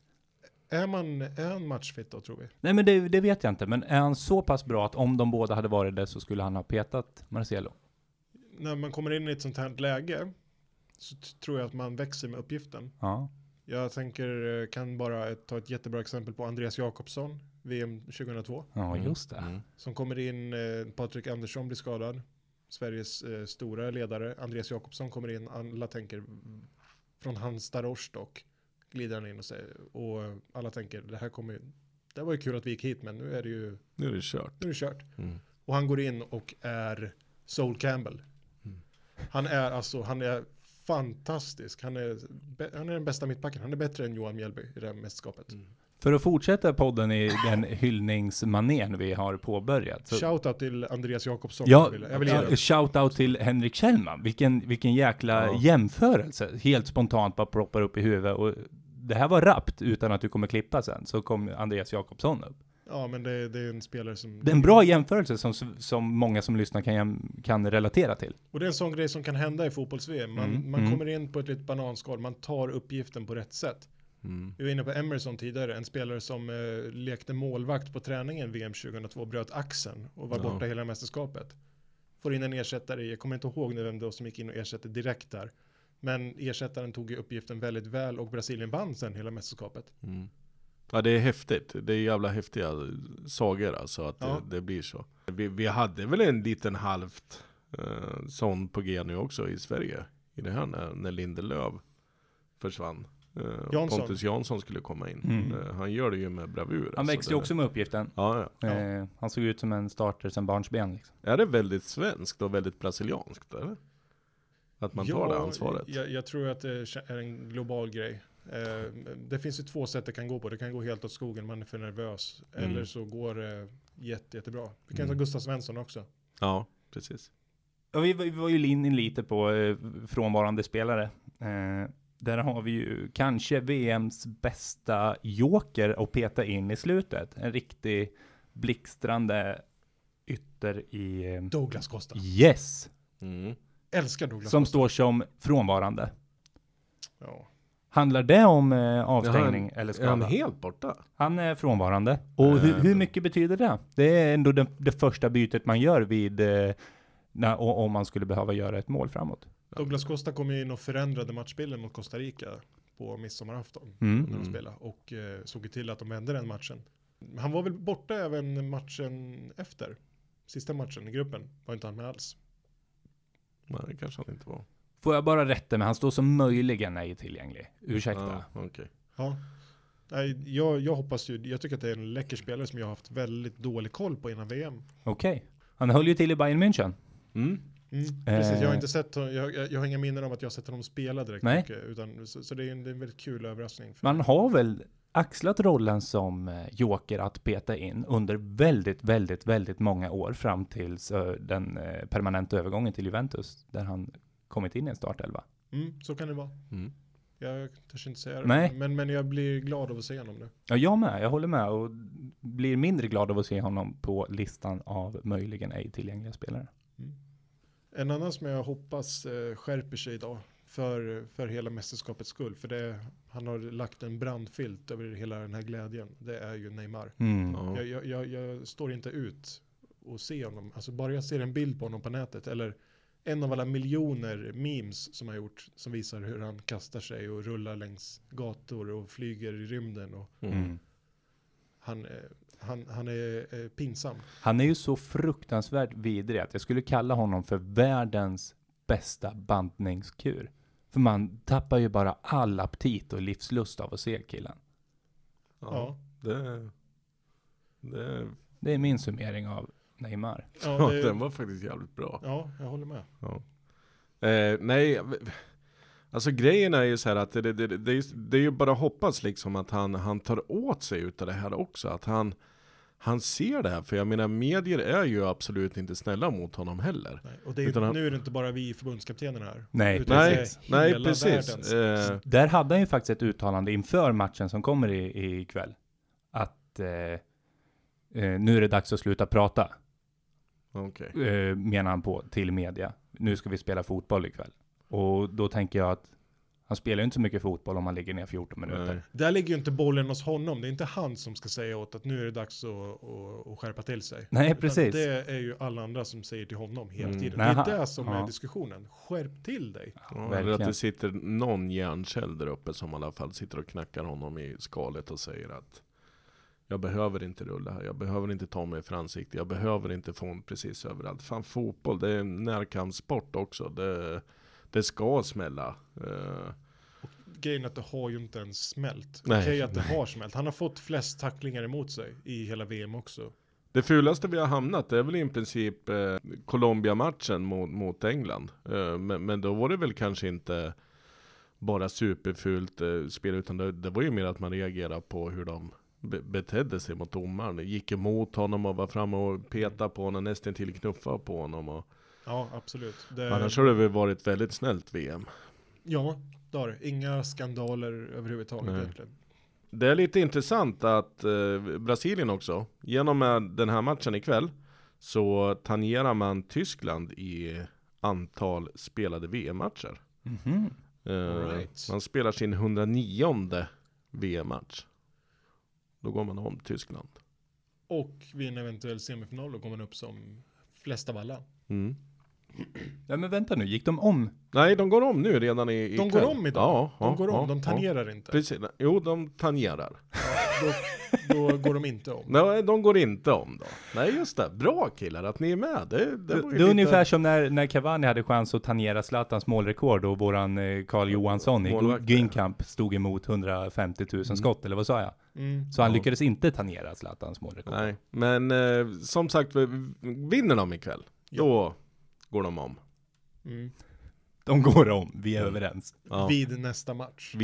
Är han matchfit då, tror vi? Nej, men det vet jag inte. Men är han så pass bra att om de båda hade varit det så skulle han ha petat Marcelo? När man kommer in i ett sånt här läge så tror jag att man växer med uppgiften. Ja. Jag kan bara ta ett jättebra exempel på Andreas Jakobsson, VM 2002. Ja, just det. Som kommer in, Patrik Andersson blir skadad. Sveriges stora ledare, Andreas Jakobsson, kommer in. Alla tänker från Halmstad Rostock glider han in och säger, och alla tänker det var ju kul att vi gick hit, men nu är det kört. Och han går in och är Sol Campbell. Han är fantastisk. Han är den bästa mittbacken. Han är bättre än Johan Mjällby i det här mästerskapet. För att fortsätta podden i den hyllningsmanén vi har påbörjat. Shoutout till Andreas Jakobsson. Ja, jag vill shoutout till Henrik Kjellman. Vilken jäkla jämförelse. Helt spontant bara ploppar upp i huvudet. Och det här var rappt utan att du kommer klippa sen. Så kom Andreas Jakobsson upp. Ja, men det är en spelare som... Det är en bra jämförelse som många som lyssnar kan relatera till. Och det är en sån grej som kan hända i fotbolls-VM. Man kommer in på ett litet bananskal. Man tar uppgiften på rätt sätt. Vi var inne på Emerson tidigare. En spelare som lekte målvakt på träningen VM 2002. Bröt axeln och var borta hela mästerskapet. Får in en ersättare. Jag kommer inte ihåg vem det var som gick in och ersatte direkt där. Men ersättaren tog ju uppgiften väldigt väl. Och Brasilien vann sen hela mästerskapet. Ja, det är häftigt. Det är jävla häftiga sagor alltså att det blir så. Vi hade väl en liten halvt sån på G nu också i Sverige. I det här när Lindelöf försvann. Pontus Jansson skulle komma in. Han gör det ju med bravur. Han växte ju också med uppgiften. Ja. Han såg ut som en starter sen barnsben. Liksom. Är det väldigt svenskt och väldigt brasilianskt? Eller? Att man tar det ansvaret? Jag tror att det är en global grej. Det finns ju två sätt det kan gå på. Det kan gå helt åt skogen, man är för nervös. Eller så går det jättebra. Vi kan ta Gustav Svensson också. Ja, precis. Ja, vi var ju inne lite på frånvarande spelare. Där har vi ju kanske VMs bästa joker att peta in i slutet. En riktig blixtrande ytter i... Douglas Costa. Yes! Älskar Douglas som Costa. Står som frånvarande. Ja. Handlar det om avstängning eller skada? Är han helt borta? Han är frånvarande. Och hur mycket betyder det? Det är ändå det första bytet man gör om man skulle behöva göra ett mål framåt. Douglas Costa kom in och förändrade matchbilden mot Costa Rica på midsommarafton när de spelade. Och såg till att de vände den matchen. Han var väl borta även matchen efter. Sista matchen i gruppen var inte han med alls. Nej, det kanske han inte var. Får jag bara rätta med, han står som möjligen ej tillgänglig. Ursäkta. Okay. Ja. Nej, jag hoppas ju, jag tycker att det är en läcker spelare som jag har haft väldigt dålig koll på innan VM. Okej. Han höll ju till i Bayern München. Precis, jag har inte sett, jag har inga minnen om att jag har sett honom spela direkt. Nej. Mycket, utan, så det är en väldigt kul överraskning. Man har väl axlat rollen som joker att peta in under väldigt, väldigt, väldigt många år fram till den permanenta övergången till Juventus där han kommit in i en startelva. Så kan det vara. Jag törs inte säga det. Nej. Men jag blir glad av att se honom nu. Ja, jag med. Jag håller med och blir mindre glad av att se honom på listan av möjligen ej tillgängliga spelare. En annan som jag hoppas skärper sig idag för hela mästerskapets skull. För han har lagt en brandfilt över hela den här glädjen. Det är ju Neymar. Jag står inte ut och se honom. Alltså bara jag ser en bild på honom på nätet. Eller en av alla miljoner memes som har gjort. Som visar hur han kastar sig och rullar längs gator och flyger i rymden. Och han är pinsam. Han är ju så fruktansvärt vidrig att jag skulle kalla honom för världens bästa bantningskur. För man tappar ju bara all aptit och livslust av att se killen. Ja. Det är min summering av Neymar. Ja, den var faktiskt jävligt bra. Ja, jag håller med. Ja. Nej, alltså grejen är ju så här att det är ju bara hoppas liksom att han tar åt sig utav det här också. Att han ser det här. För jag menar, medier är ju absolut inte snälla mot honom heller. Nej, och det är, nu är det inte bara vi förbundskaptenerna här. Nej, precis. Där hade han ju faktiskt ett uttalande inför matchen som kommer i kväll. Att nu är det dags att sluta prata. Okay. Menar han på till media. Nu ska vi spela fotboll ikväll. Och då tänker jag att han spelar ju inte så mycket fotboll om han ligger ner 14 minuter. Nej. Där ligger ju inte bollen hos honom. Det är inte han som ska säga åt att nu är det dags att skärpa till sig. Nej, Utan precis. det är ju alla andra som säger till honom hela tiden. Nej, det är det som är diskussionen. Skärp till dig. Ja, eller att det sitter någon hjärncell där uppe som i alla fall sitter och knackar honom i skalet och säger att jag behöver inte rulla här. Jag behöver inte ta mig för ansikte. Jag behöver inte få en precis överallt. Fan, fotboll, det är en närkampssport också. Det ska smälla. Grejen är att det har ju inte ens smält. Nej. Att det har smält. Han har fått flest tacklingar emot sig i hela VM också. Det fulaste vi har hamnat är väl i princip Colombia-matchen mot England. Men då var det väl kanske inte bara superfult spel, utan det var ju mer att man reagerade på hur de betedde sig mot domaren. Gick emot honom och var framme och petade på honom, nästan till knuffa på honom. Ja, absolut. Annars har det väl varit väldigt snällt VM. Ja, det har det. Inga skandaler överhuvudtaget egentligen. Det är lite intressant att Brasilien också, genom den här matchen ikväll, så tangerar man Tyskland i antal spelade VM-matcher. Right. Man spelar sin 109:e VM-match. Då går man om Tyskland. Och vid en eventuell semifinal då går man upp som flest av alla. Ja, men vänta nu, gick de om? Nej, de går om nu redan i De kväll. går om idag. Ja, de går om, de tangerar inte. Precis. Jo, de tangerar. Då går de inte om. Nej, de går inte om då. Nej, just det. Bra killar att ni är med. Det är lite... ungefär som när Cavani hade chans att tangera Zlatans målrekord och våran Carl Johansson i Greencamp stod emot 150 000 skott, eller vad sa jag? Så han lyckades inte tangera Zlatans målrekord. Nej, men som sagt, vinner de ikväll, då går de om. De går om, vi är överens. Ja. Vid nästa match.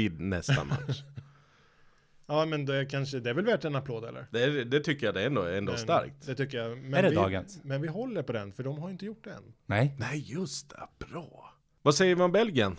Ja, men det är väl värt en applåd, eller? Det tycker jag, det är ändå starkt. Det tycker jag. Men är det dagens? Men vi håller på den, för de har inte gjort det än. Nej, just det. Bra. Vad säger vi om Belgien?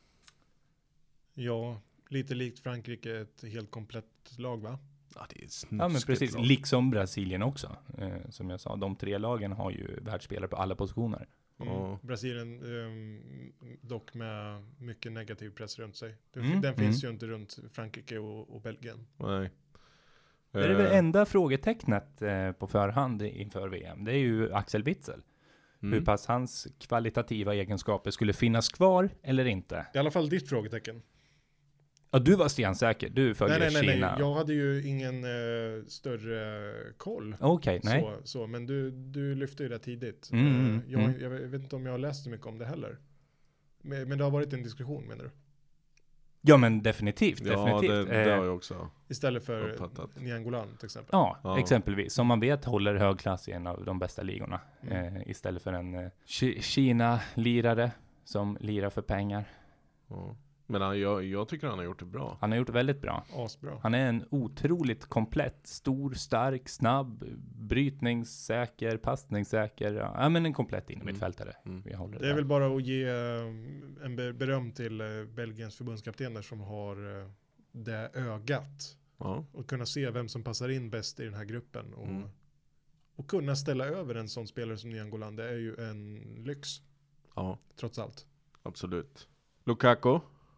Ja, lite likt Frankrike, ett helt komplett lag, va? Ja, det är ja, men precis. Lag. Liksom Brasilien också. Som jag sa, de tre lagen har ju världsspelare på alla positioner. Brasilien dock med mycket negativ press runt sig. Den finns ju inte runt Frankrike och Belgien. Nej. Det är det enda frågetecknet på förhand inför VM. Det är ju Axel Witsel. Hur pass hans kvalitativa egenskaper skulle finnas kvar eller inte. I alla fall ditt frågetecken. Ja, du var stensäker. Du följer Kina. Nej. Jag hade ju ingen större koll. Okej, nej. Så, men du lyfte ju det tidigt. Jag vet inte om jag har läst så mycket om det heller. Men det har varit en diskussion, menar du? Ja, men definitivt. Ja, det har jag också. Istället för uppfattat. Niangolan till exempel. Ja, exempelvis. Som man vet håller hög klass i en av de bästa ligorna. Istället för en Kina-lirare som lirar för pengar. Ja. Men jag tycker han har gjort det bra. Han har gjort det väldigt bra. Asbra. Han är en otroligt komplett, stor, stark, snabb, brytningssäker, passningssäker. Ja, men en komplett innermittfältare. Vi håller Det är väl bara att ge en beröm till Belgiens förbundskaptener som har det ögat. Ja. Och kunna se vem som passar in bäst i den här gruppen. Och kunna ställa över en sån spelare som Niangolan, det är ju en lyx. Ja, Trots allt. absolut. Lukaku?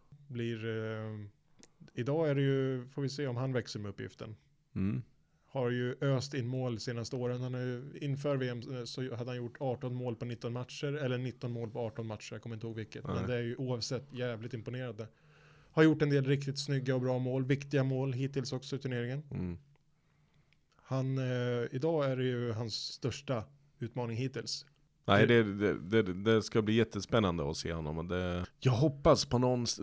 Idag är det ju, får vi se om han växer med uppgiften. Har ju öst in mål senaste åren. Han är ju, inför VM så hade han gjort 18 mål på 19 matcher. Eller 19 mål på 18 matcher, jag kommer inte ihåg vilket. Men det är ju oavsett jävligt imponerande. Har gjort en del riktigt snygga och bra mål. Viktiga mål hittills också i turneringen. Idag är det ju hans största utmaning hittills. Nej, det ska bli jättespännande att se honom. Jag hoppas på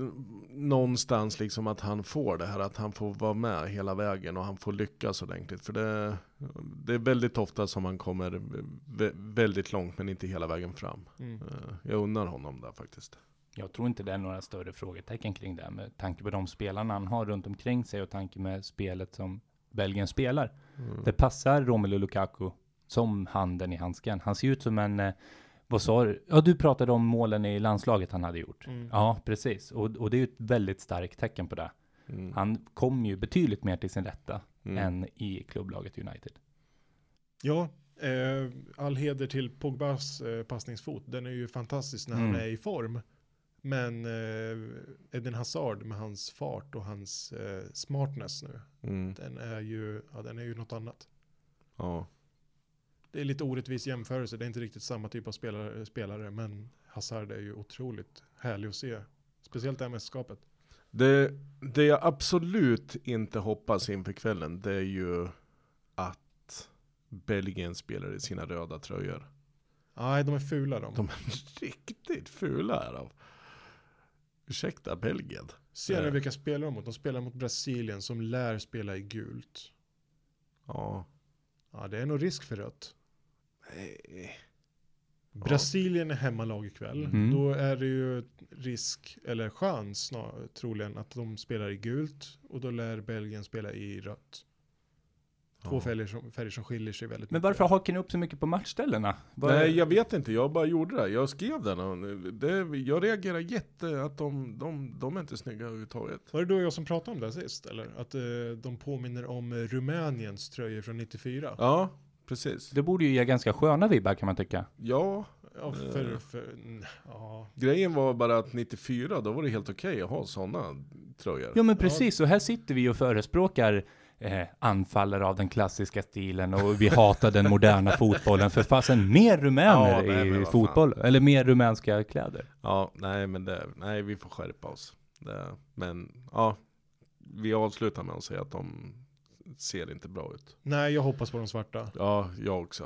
någonstans liksom att han får det här, att han får vara med hela vägen och han får lyckas ordentligt. För det är väldigt ofta som han kommer väldigt långt men inte hela vägen fram. Jag undrar honom där faktiskt. Jag tror inte det är några större frågetecken kring det med tanke på de spelarna han har runt omkring sig och tanke med spelet som Belgien spelar. Det passar Romelu Lukaku som handen i handsken. Han ser ut som en, vad sa du? Ja, du pratade om målen i landslaget han hade gjort. Ja, precis. Och det är ju ett väldigt starkt tecken på det. Han kom ju betydligt mer till sin rätta än i klubblaget United. Ja, all heder till Pogbas passningsfot. Den är ju fantastisk när han är i form. Men Eden Hazard med hans fart och hans smartness nu, den är ju något annat. Ja. Det är lite orättvis jämförelse. Det är inte riktigt samma typ av spelare. Men Hazard är ju otroligt härlig att se. Speciellt det här mästerskapet. Det jag absolut inte hoppas inför kvällen, det är ju att Belgien spelar i sina röda tröjor. Nej, de är fula de. De är riktigt fula här. Ursäkta, Belgien. Ser ni vilka spelar de mot? De spelar mot Brasilien som lär spela i gult. Ja. Ja, det är nog risk för rött. Nej. Brasilien är hemmalag ikväll. Då är det ju risk, eller chans troligen, att de spelar i gult. Och då lär Belgien spela i rött. Två färger som skiljer sig väldigt mycket. Men varför hakar ni upp så mycket på matchställena? Nej, jag vet inte. Jag bara gjorde det. Jag skrev den. Jag reagerar att de är inte snygga överhuvudtaget. Var det då jag som pratade om det sist? Eller? Att de påminner om Rumäniens tröjor från 94? Ja, precis. Det borde ju ge ganska sköna vibbar kan man tycka. Ja. Grejen var bara att 94, då var det helt okej att ha sådana tröjor. Ja, men precis. Och här sitter vi och förespråkar anfallare av den klassiska stilen och vi hatar den moderna fotbollen. För fasen mer rumäner i fotboll. Eller mer rumänska kläder. Ja, nej, vi får skärpa oss. Men ja, vi avslutar med att säga att de ser inte bra ut. Nej, jag hoppas på de svarta. Ja, jag också.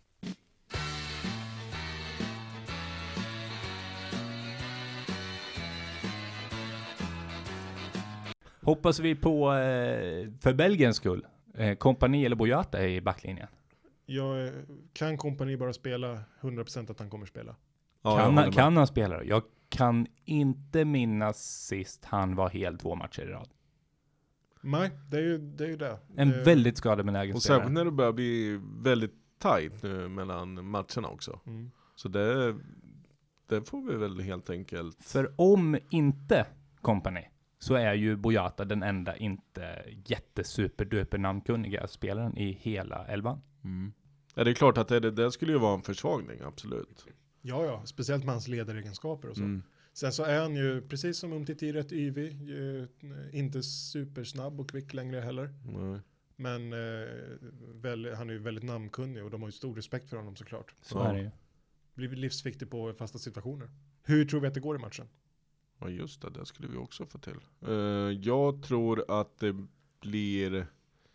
Hoppas vi på, för Belgiens skull, Kompani eller Boyata i backlinjen? Kan Kompani bara spela 100% att han kommer spela? Ja, kan han spela? Jag kan inte minnas sist han var helt 2 matcher i rad. Nej, det är ju det. Väldigt skadebenägen och spelare. Och särskilt när det börjar bli väldigt tajt nu mellan matcherna också. Så det får vi väl helt enkelt. För om inte Kompani så är ju Boyata den enda inte jättesuperduper namnkunniga spelaren i hela elvan. Ja, det är klart att det skulle ju vara en försvagning, absolut. Ja, speciellt med hans ledaregenskaper och så. Sen så är han ju, precis som Umtiti, rätt yvig. Inte supersnabb och kvick längre heller. Men han är ju väldigt namnkunnig och de har ju stor respekt för honom såklart. Så är det ju. Blir livsviktig på fasta situationer. Hur tror vi att det går i matchen? Ja, just det skulle vi också få till. Jag tror att det blir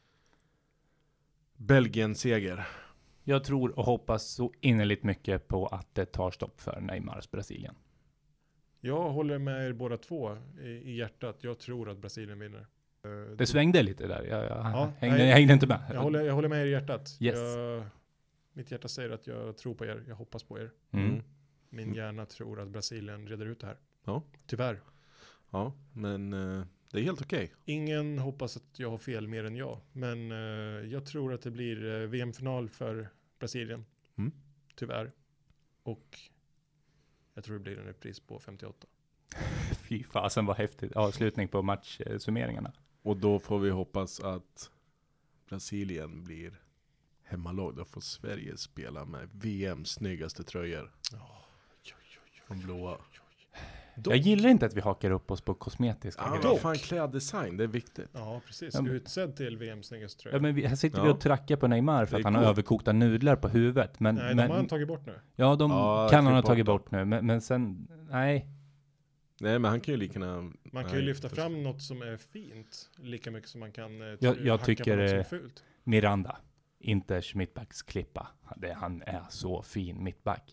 Belgiens seger. Jag tror och hoppas så innerligt mycket på att det tar stopp för Neymars Brasilien. Jag håller med er båda två i hjärtat. Jag tror att Brasilien vinner. Det svängde lite där. Jag hängde inte med. Jag håller med er i hjärtat. Yes. Mitt hjärta säger att jag tror på er. Jag hoppas på er. Min hjärna tror att Brasilien reder ut det här. Ja. Tyvärr. Ja, men det är helt okej. Ingen hoppas att jag har fel mer än jag. Men jag tror att det blir VM-final för Brasilien. Tyvärr. Och jag tror det blir en repris på 58. Fy fasen vad häftigt. Avslutning på matchsummeringarna. Och då får vi hoppas att Brasilien blir hemmalag. Då får Sverige spela med VMs snyggaste tröjor. De blåa. Jag gillar inte att vi hakar upp oss på kosmetiska grejer. grejer. Fan, kläddesign, det är viktigt. Ja, precis. Utsedd till VMs snyggaste tröja. Ja, men här sitter vi och trackar på Neymar för att han har överkokta nudlar på huvudet. Men, nej, de har han tagit bort nu. Ja, kan han ha tagit bort nu. Men sen, nej. Nej, men han kan ju lika Man kan ju lyfta fram något som är fint lika mycket som man kan jag tycker på något som är fult. Miranda, inte Schmidbacks klippa. Han är så fin mittback.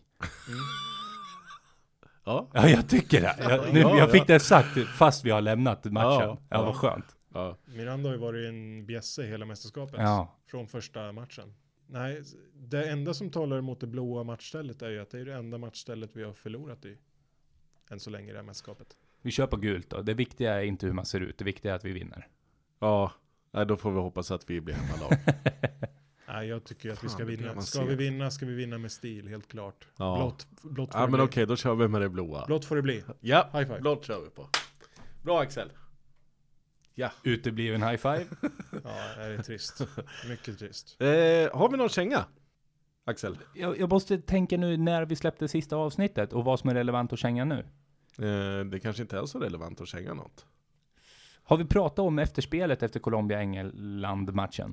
Ja, jag tycker det. Jag fick det sagt fast vi har lämnat matchen. Ja, vad skönt. Ja. Miranda har ju varit en bjässe hela mästerskapet. Från första matchen. Nej, det enda som talar emot det blåa matchstället är ju att det är det enda matchstället vi har förlorat i. Än så länge i det här mästerskapet. Vi kör på gult då. Det viktiga är inte hur man ser ut. Det viktiga är att vi vinner. Ja, då får vi hoppas att vi blir hemmalag. Nej, jag tycker att vi ska vinna. Ska vi vinna med stil, helt klart. Ja. Blått ja, men okej, då kör vi med det blåa. Blått får det bli. Ja, high five. Blått kör vi på. Bra, Axel. Ja. Utebliven high five. Ja, det är trist. Mycket trist. Har vi någon känga? Axel? Jag måste tänka nu när vi släppte sista avsnittet och vad som är relevant att känga nu. Det kanske inte är så relevant att känga något. Har vi pratat om efterspelet efter Colombia-England-matchen?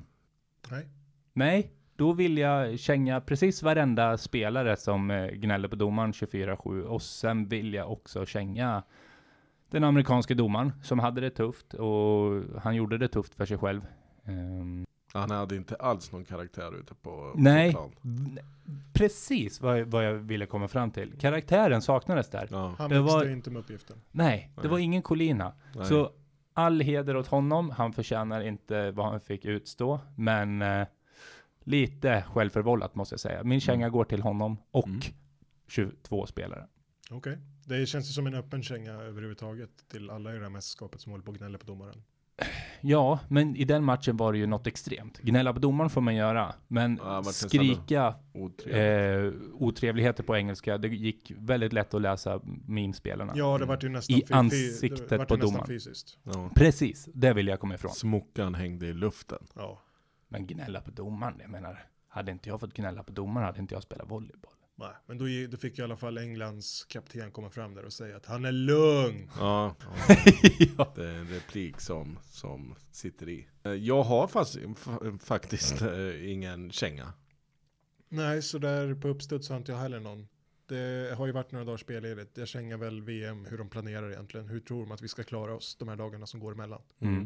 Nej, då vill jag känga precis varenda spelare som gnäller på domaren 24-7. Och sen vill jag också känga den amerikanska domaren som hade det tufft. Och han gjorde det tufft för sig själv. Han hade inte alls någon karaktär ute på plan. Precis vad jag ville komma fram till. Karaktären saknades där. Ja. Han växte inte med uppgiften. Nej, det var ingen Colina. Nej. Så all heder åt honom. Han förtjänar inte vad han fick utstå. Men lite självförvållat måste jag säga. Min känga går till honom och 22 spelare. Okej. Det känns ju som en öppen känga överhuvudtaget till alla i det här mästerskapet som håller på att gnälla på domaren. Ja, men i den matchen var det ju något extremt. Gnälla på domaren får man göra. Men skrika otrevligheter på engelska, det gick väldigt lätt att läsa meme-spelarna. Ja, det var ju nästan i ansiktet på domaren. Fysiskt. Ja. Precis, det vill jag komma ifrån. Smockan hängde i luften. Ja. Men gnälla på domaren, jag menar, hade inte jag fått gnälla på domaren hade inte jag spelat volleyboll. Nej, men då fick i alla fall Englands kapten komma fram där och säga att han är lugn. Ja. Ja. Det är en replik som sitter i. Jag har faktiskt ingen känga. Nej, så där på uppstuds har inte jag heller någon. Det har ju varit några dagar spelledigt. Jag känner väl VM hur de planerar egentligen. Hur tror de att vi ska klara oss de här dagarna som går emellan?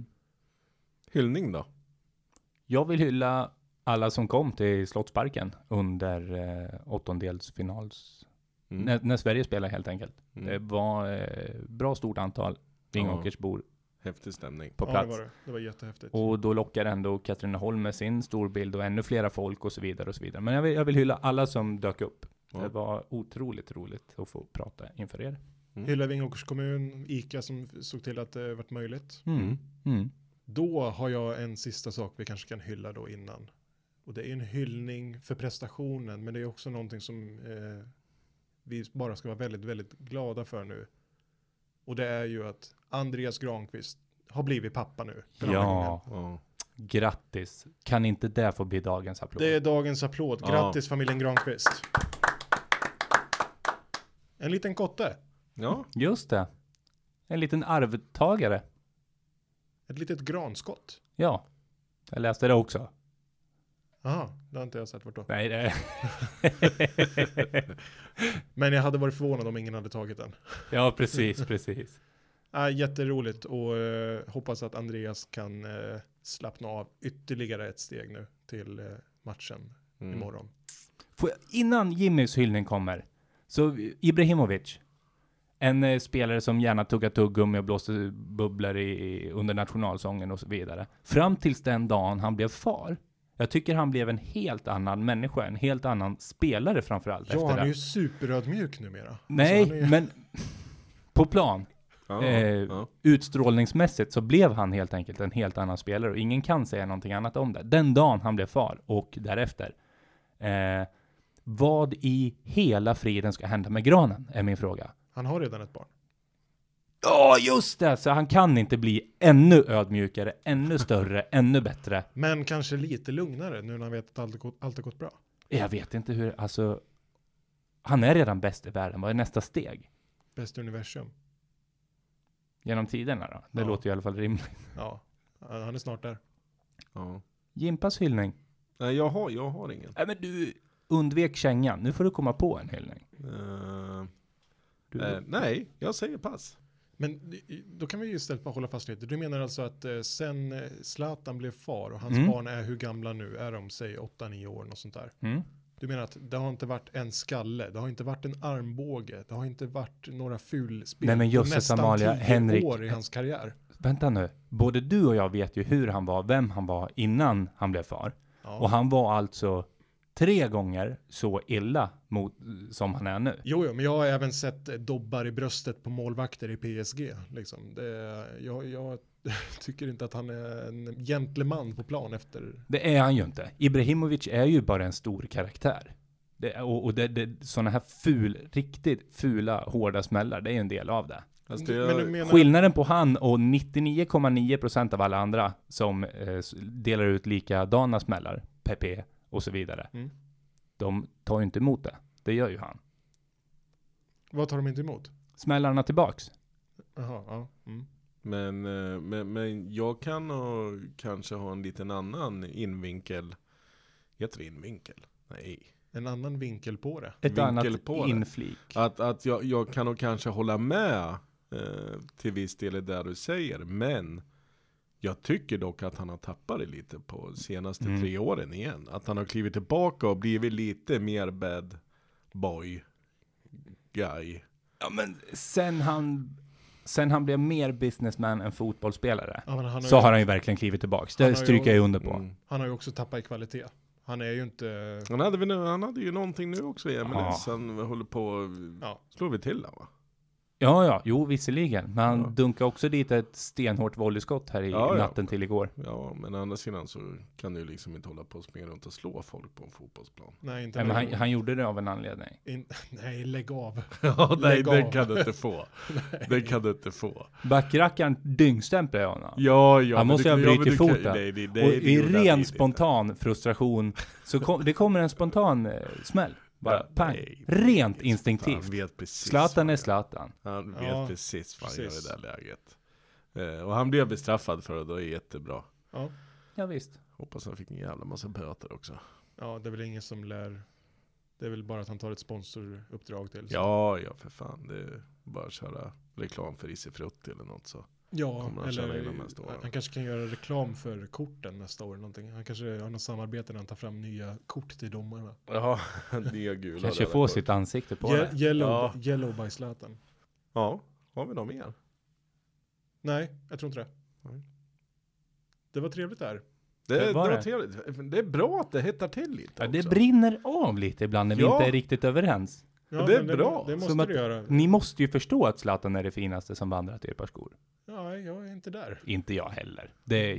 Hyllning då? Jag vill hylla alla som kom till Slottsparken under åttondelsfinals. När Sverige spelade helt enkelt. Det var bra stort antal Vingåkersbor. Häftig stämning. På plats. Ja, det var jättehäftigt. Och då lockar ändå Katrineholm med sin storbild och ännu flera folk och så vidare och så vidare. Men jag vill hylla alla som dök upp. Det var otroligt roligt att få prata inför er. Hylla Vingåkers kommun, ICA som såg till att det varit möjligt. Då har jag en sista sak vi kanske kan hylla då innan. Och det är en hyllning för prestationen, men det är också någonting som vi bara ska vara väldigt, väldigt glada för nu. Och det är ju att Andreas Granqvist har blivit pappa nu. Ja, grattis. Kan inte det få bli dagens applåd? Det är dagens applåd. Grattis familjen Granqvist. En liten kotte. Ja, just det. En liten arvtagare. Ett litet granskott. Ja, jag läste det också. Aha, det har inte jag sett vart då. Nej, det Men jag hade varit förvånad om ingen hade tagit den. Ja, precis. Jätteroligt och hoppas att Andreas kan slappna av ytterligare ett steg nu till matchen imorgon. Innan Jimmys hyllning kommer, så Ibrahimovic, En spelare som gärna tuggar tuggummi och blåser bubblor under nationalsången och så vidare. Fram tills den dagen han blev far. Jag tycker han blev en helt annan människa, en helt annan spelare framförallt. Ja, efter han är det. ju superödmjuk numera. Nej, Alltså, men på plan. Utstrålningsmässigt så blev han helt enkelt en helt annan spelare och ingen kan säga någonting annat om det. Den dagen han blev far och därefter. Vad i hela friden ska hända med granen är min fråga. Han har redan ett barn. Ja, just det! Så han kan inte bli ännu ödmjukare, ännu större, ännu bättre. Men kanske lite lugnare nu när han vet att allt har gått bra. Jag vet inte hur, alltså. Han är redan bäst i världen. Vad är nästa steg? Bäst i universum. Genom tiderna då? Det låter i alla fall rimligt. Ja, han är snart där. Ja. Jimpas hyllning. Nej, jag har ingen. Nej, men du undvek kängan. Nu får du komma på en hyllning. Nej, jag säger pass. Men då kan vi ju istället bara hålla fast lite. Du menar alltså att sen Zlatan blev far och hans barn är hur gamla nu? Är de, säg 8-9 år, något sånt där? Mm. Du menar att det har inte varit en skalle, det har inte varit en armbåge, det har inte varit några fulspel. Nej, men på nästan Amalia, 10 Henrik, år i hans karriär. Vänta nu. Både du och jag vet ju hur han var, vem han var innan han blev far. Ja. Och han var alltså 3 gånger så illa som han är nu. Jo, men jag har även sett dobbar i bröstet på målvakter i PSG. Liksom. Jag tycker inte att han är en gentleman på plan efter. Det är han ju inte. Ibrahimovic är ju bara en stor karaktär. Sådana här riktigt fula, hårda smällar, det är ju en del av det. Alltså Skillnaden på han och 99,9% av alla andra som delar ut likadana smällar, Pepe och så vidare. De tar ju inte emot det. Det gör ju han. Vad tar de inte emot? Smällarna tillbaks. Jaha, ja. Mm. Men jag kan kanske ha en liten annan invinkel. Heter det invinkel? Nej. En annan vinkel på det. Ett annat inflik. Att jag kan nog kanske hålla med till viss del i det du säger. Men jag tycker dock att han har tappat det lite på senaste 3 åren igen. Att han har klivit tillbaka och blivit lite mer bad boy guy. Ja, men sen han blev mer businessman än fotbollsspelare, har han ju verkligen klivit tillbaks. Det stryker jag under på. Han har ju också tappat i kvalitet. Han är ju inte. Han hade ju någonting nu också i MLS. Han håller på slår vi till va? Ja, jo visserligen. Men han dunkar också dit ett stenhårt volleyskott här i natten till igår. Ja, men å andra sidan så kan du ju liksom inte hålla på och springa runt och slå folk på en fotbollsplan. Nej, inte. Men han gjorde det av en anledning. Nej, lägg av. Ja, nej, den kan du inte få. Den kan du inte få. Backrackaren dyngstämplar jag honom. Ja. Han måste ha brutit foten. Och i ren spontan frustration så det kommer en spontan smäll. Bara pang. Rent instinktivt. Zlatan är Zlatan. Han vet precis vad han gör i det där läget. Och han blev bestraffad för det, då är jättebra. Ja visst. Hoppas han fick en jävla massa böter också. Ja, det är väl ingen som lär. Det är väl bara att han tar ett sponsoruppdrag till. Så. Ja, för fan. Det är bara att köra reklam för Isifrutti eller något så. Ja, eller han kanske kan göra reklam för korten nästa år. Någonting. Han kanske har något samarbete när han tar fram nya kort till domarna. Ja, nya gula. Kanske får sitt ansikte på det. Yellow by Zlatan. Ja, har vi dem igen? Nej, jag tror inte det. Nej. Det var trevligt där. Det var trevligt. Det är bra att det hettar till lite. Ja, det brinner av lite ibland när vi inte är riktigt överens. Ja, det är bra. Det måste du göra. Ni måste ju förstå att Zlatan är det finaste som vandrat i ett par skor. Ja, jag är inte där. Inte jag heller.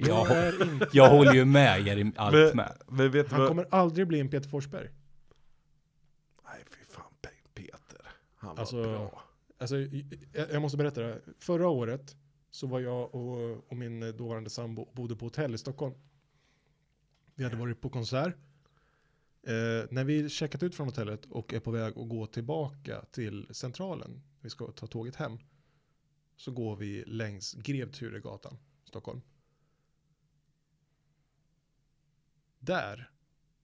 Jag håller ju med er i allt med. Men han kommer aldrig bli en Peter Forsberg. Nej, fy fan, Peter. Han var bra. Alltså, jag måste berätta det. Förra året så var jag och min dåvarande sambo bodde på hotell i Stockholm. Vi hade varit på konsert. När vi checkat ut från hotellet och är på väg att gå tillbaka till centralen, vi ska ta tåget hem, så går vi längs Grev Turegatan, Stockholm. Där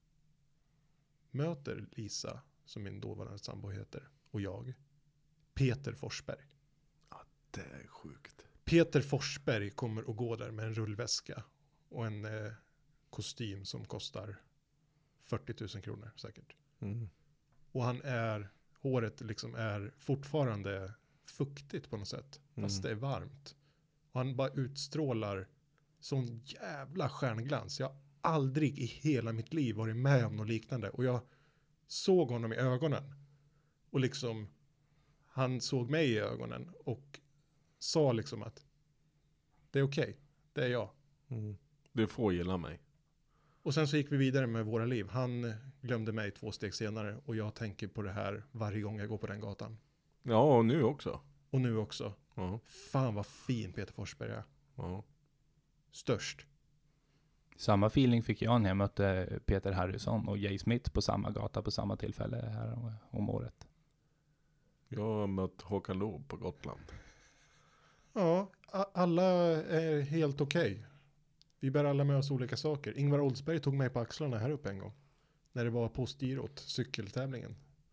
möter Lisa, som min dåvarande sambo heter, och jag, Peter Forsberg. Ja, det är sjukt. Peter Forsberg kommer att gå där med en rullväska och en kostym som kostar 40 000 kronor säkert. Och håret liksom är fortfarande fuktigt på något sätt. Fast det är varmt. Och han bara utstrålar sån jävla stjärnglans. Jag har aldrig i hela mitt liv varit med om något liknande. Och jag såg honom i ögonen. Och liksom, han såg mig i ögonen och sa liksom att det är okej, det är jag. Du får gilla mig. Och sen så gick vi vidare med våra liv. Han glömde mig 2 steg senare. Och jag tänker på det här varje gång jag går på den gatan. Ja, och nu också. Och nu också. Ja. Fan vad fin Peter Forsberg är. Ja. Störst. Samma feeling fick jag när jag mötte Peter Harrison och Jay Smith på samma gata på samma tillfälle här om året. Jag har mött Håkan Loob på Gotland. Ja, alla är helt okej. Vi bär alla med oss olika saker. Ingvar Oldsberg tog mig på axlarna här uppe en gång. När det var postgirot, cykeltävlingen.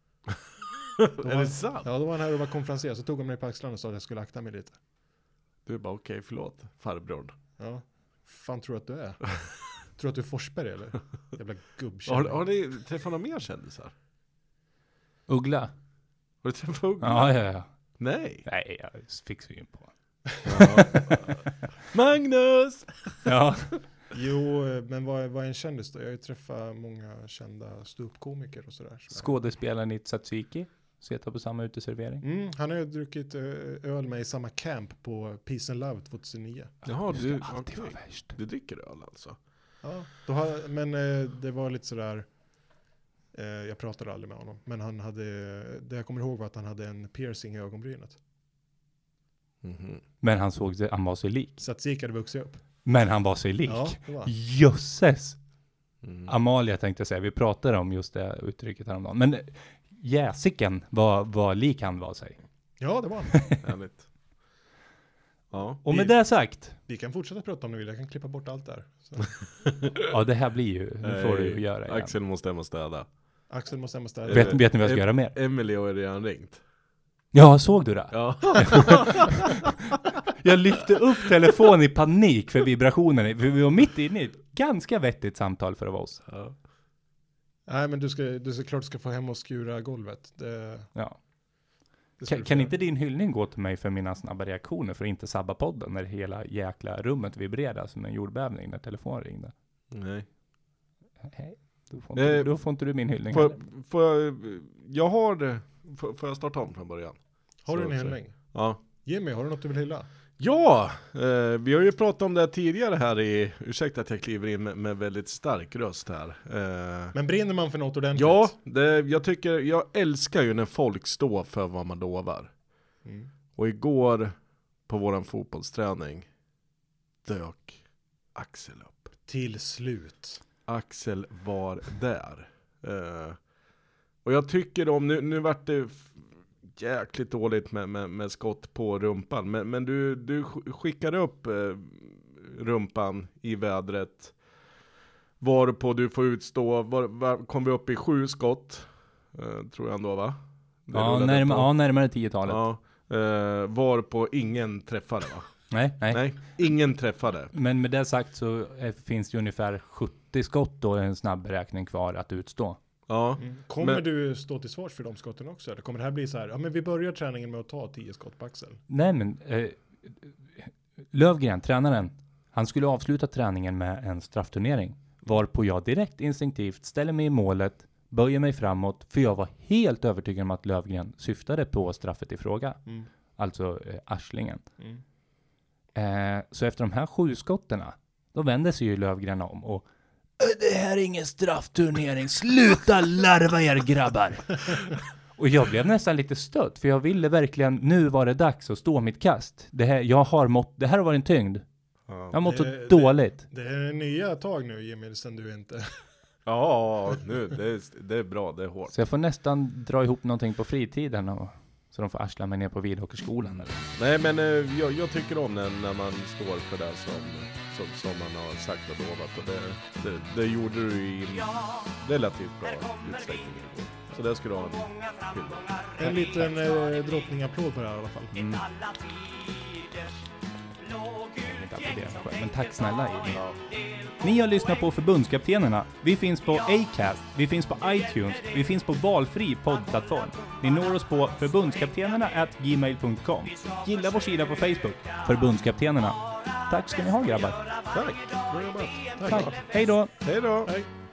Är det sant? Ja, då var han här och var konferenser. Så tog han mig på axlarna och sa att jag skulle akta mig lite. Du är bara okej, förlåt, farbror. Ja, fan tror du att du är? Tror du att du är Forsberg eller? Jävla gubbkärring. Har ni träffat några mer kändisar? Uggla? Har du träffat Uggla? Ja. Nej. Nej, jag fick syn på. Ja. Magnus! Ja. Jo, men vad är en kändis då? Jag har ju träffat många kända ståuppkomiker och sådär. Skådespelaren i Tsatsiki. Sitter på samma uteservering. Han har ju druckit öl med i samma camp på Peace and Love 2009. Jaha, du, alltid okej. vara värst. Du dricker öl alltså? Ja, men det var lite sådär, jag pratade aldrig med honom. Men han hade, det jag kommer ihåg var att han hade en piercing i ögonbrynet. Mhm. Men han var så lik. Tsatsiki hade vuxit upp. Men han var så lik. Ja, det var. Jösses! Mm. Amalia tänkte jag säga. Vi pratade om just det uttrycket häromdagen. Men jäsiken var lik han var sig. Ja, det var han. Härligt. Ja. Och med det sagt. Vi kan fortsätta prata om det vill. Jag kan klippa bort allt där. Så. Ja, det här blir ju. Nu får du ju göra igen. Axel måste hem och städa. Axel måste hem och städa. Vet ni vad jag ska göra mer? Emily har redan ringt. Ja, såg du det? Ja. Jag lyfte upp telefonen i panik för vibrationen. För vi var mitt inne i ett ganska vettigt samtal för oss. Ja. Nej, men du såklart ska få hem och skura golvet. Ja. Det ska du Kan få inte din hyllning gå till mig för mina snabba reaktioner för att inte sabba podden när hela jäkla rummet vibrerar som en jordbävning när telefonen ringde? Nej. Hej. Då får inte du min hyllning. Får jag starta om från början? Har du Så- en hyllning? Ja. Jimmy, har du något du vill hylla? Ja, vi har ju pratat om det här tidigare här ursäkta att jag kliver in med väldigt stark röst här. Men brinner man för något ordentligt? Ja, jag älskar ju när folk står för vad man lovar. Mm. Och igår på våran fotbollsträning dök Axel upp. Till slut. Axel var där. Och jag tycker om, nu vart det jäkligt dåligt med skott på rumpan. Men du skickar upp rumpan i vädret. Varpå du får utstå, kom vi upp i 7 skott. Tror jag ändå, va? Det rullade på. Närmare 10-talet. Ja, varpå ingen träffade, va? Nej. Ingen träffade. Men med det sagt så finns det ungefär 70 skott och en snabb beräkning kvar att utstå. Ja. Kommer du stå till svars för de skotten också? Eller kommer det här bli så här, ja men vi börjar träningen med att ta 10 skott på Axel? Nej men, Lövgren, tränaren, han skulle avsluta träningen med en straffturnering. Varpå jag direkt instinktivt ställer mig i målet, böjer mig framåt, för jag var helt övertygad om att Lövgren syftade på straffet i fråga. Alltså arslingen. Så efter de här 7 skotterna, då vände sig ju Lövgren om och det här är ingen straffturnering, sluta larva er grabbar! Och jag blev nästan lite stött, för jag ville verkligen, nu var det dags att stå mitt kast. Det här har varit en tyngd. Ja. Jag har mått så dåligt. Det är nya tag nu, Jimmy, sen du inte... Ja, nu, det är bra, det är hårt. Så jag får nästan dra ihop någonting på fritiden så de får arsla mig ner på Vidhockeyskolan. Nej, men jag tycker om när man står för det som man har sagt och lovat. Och det gjorde du i relativt bra utsträckning. Så det skulle du ha en hylla. En liten drottningapplåd på det här i alla fall. Alla tiders blågul inte applådera mig själv, men tack snälla Emil. Ni har lyssnat på Förbundskaptenerna. Vi finns på Acast, vi finns på iTunes, vi finns på valfri poddplattform. Ni når oss på förbundskaptenerna@gmail.com. Gilla vår sida på Facebook, Förbundskaptenerna. Tack ska ni ha grabbar. Tack, bra jobbat. Tack. Hej då. Hej då. Hej.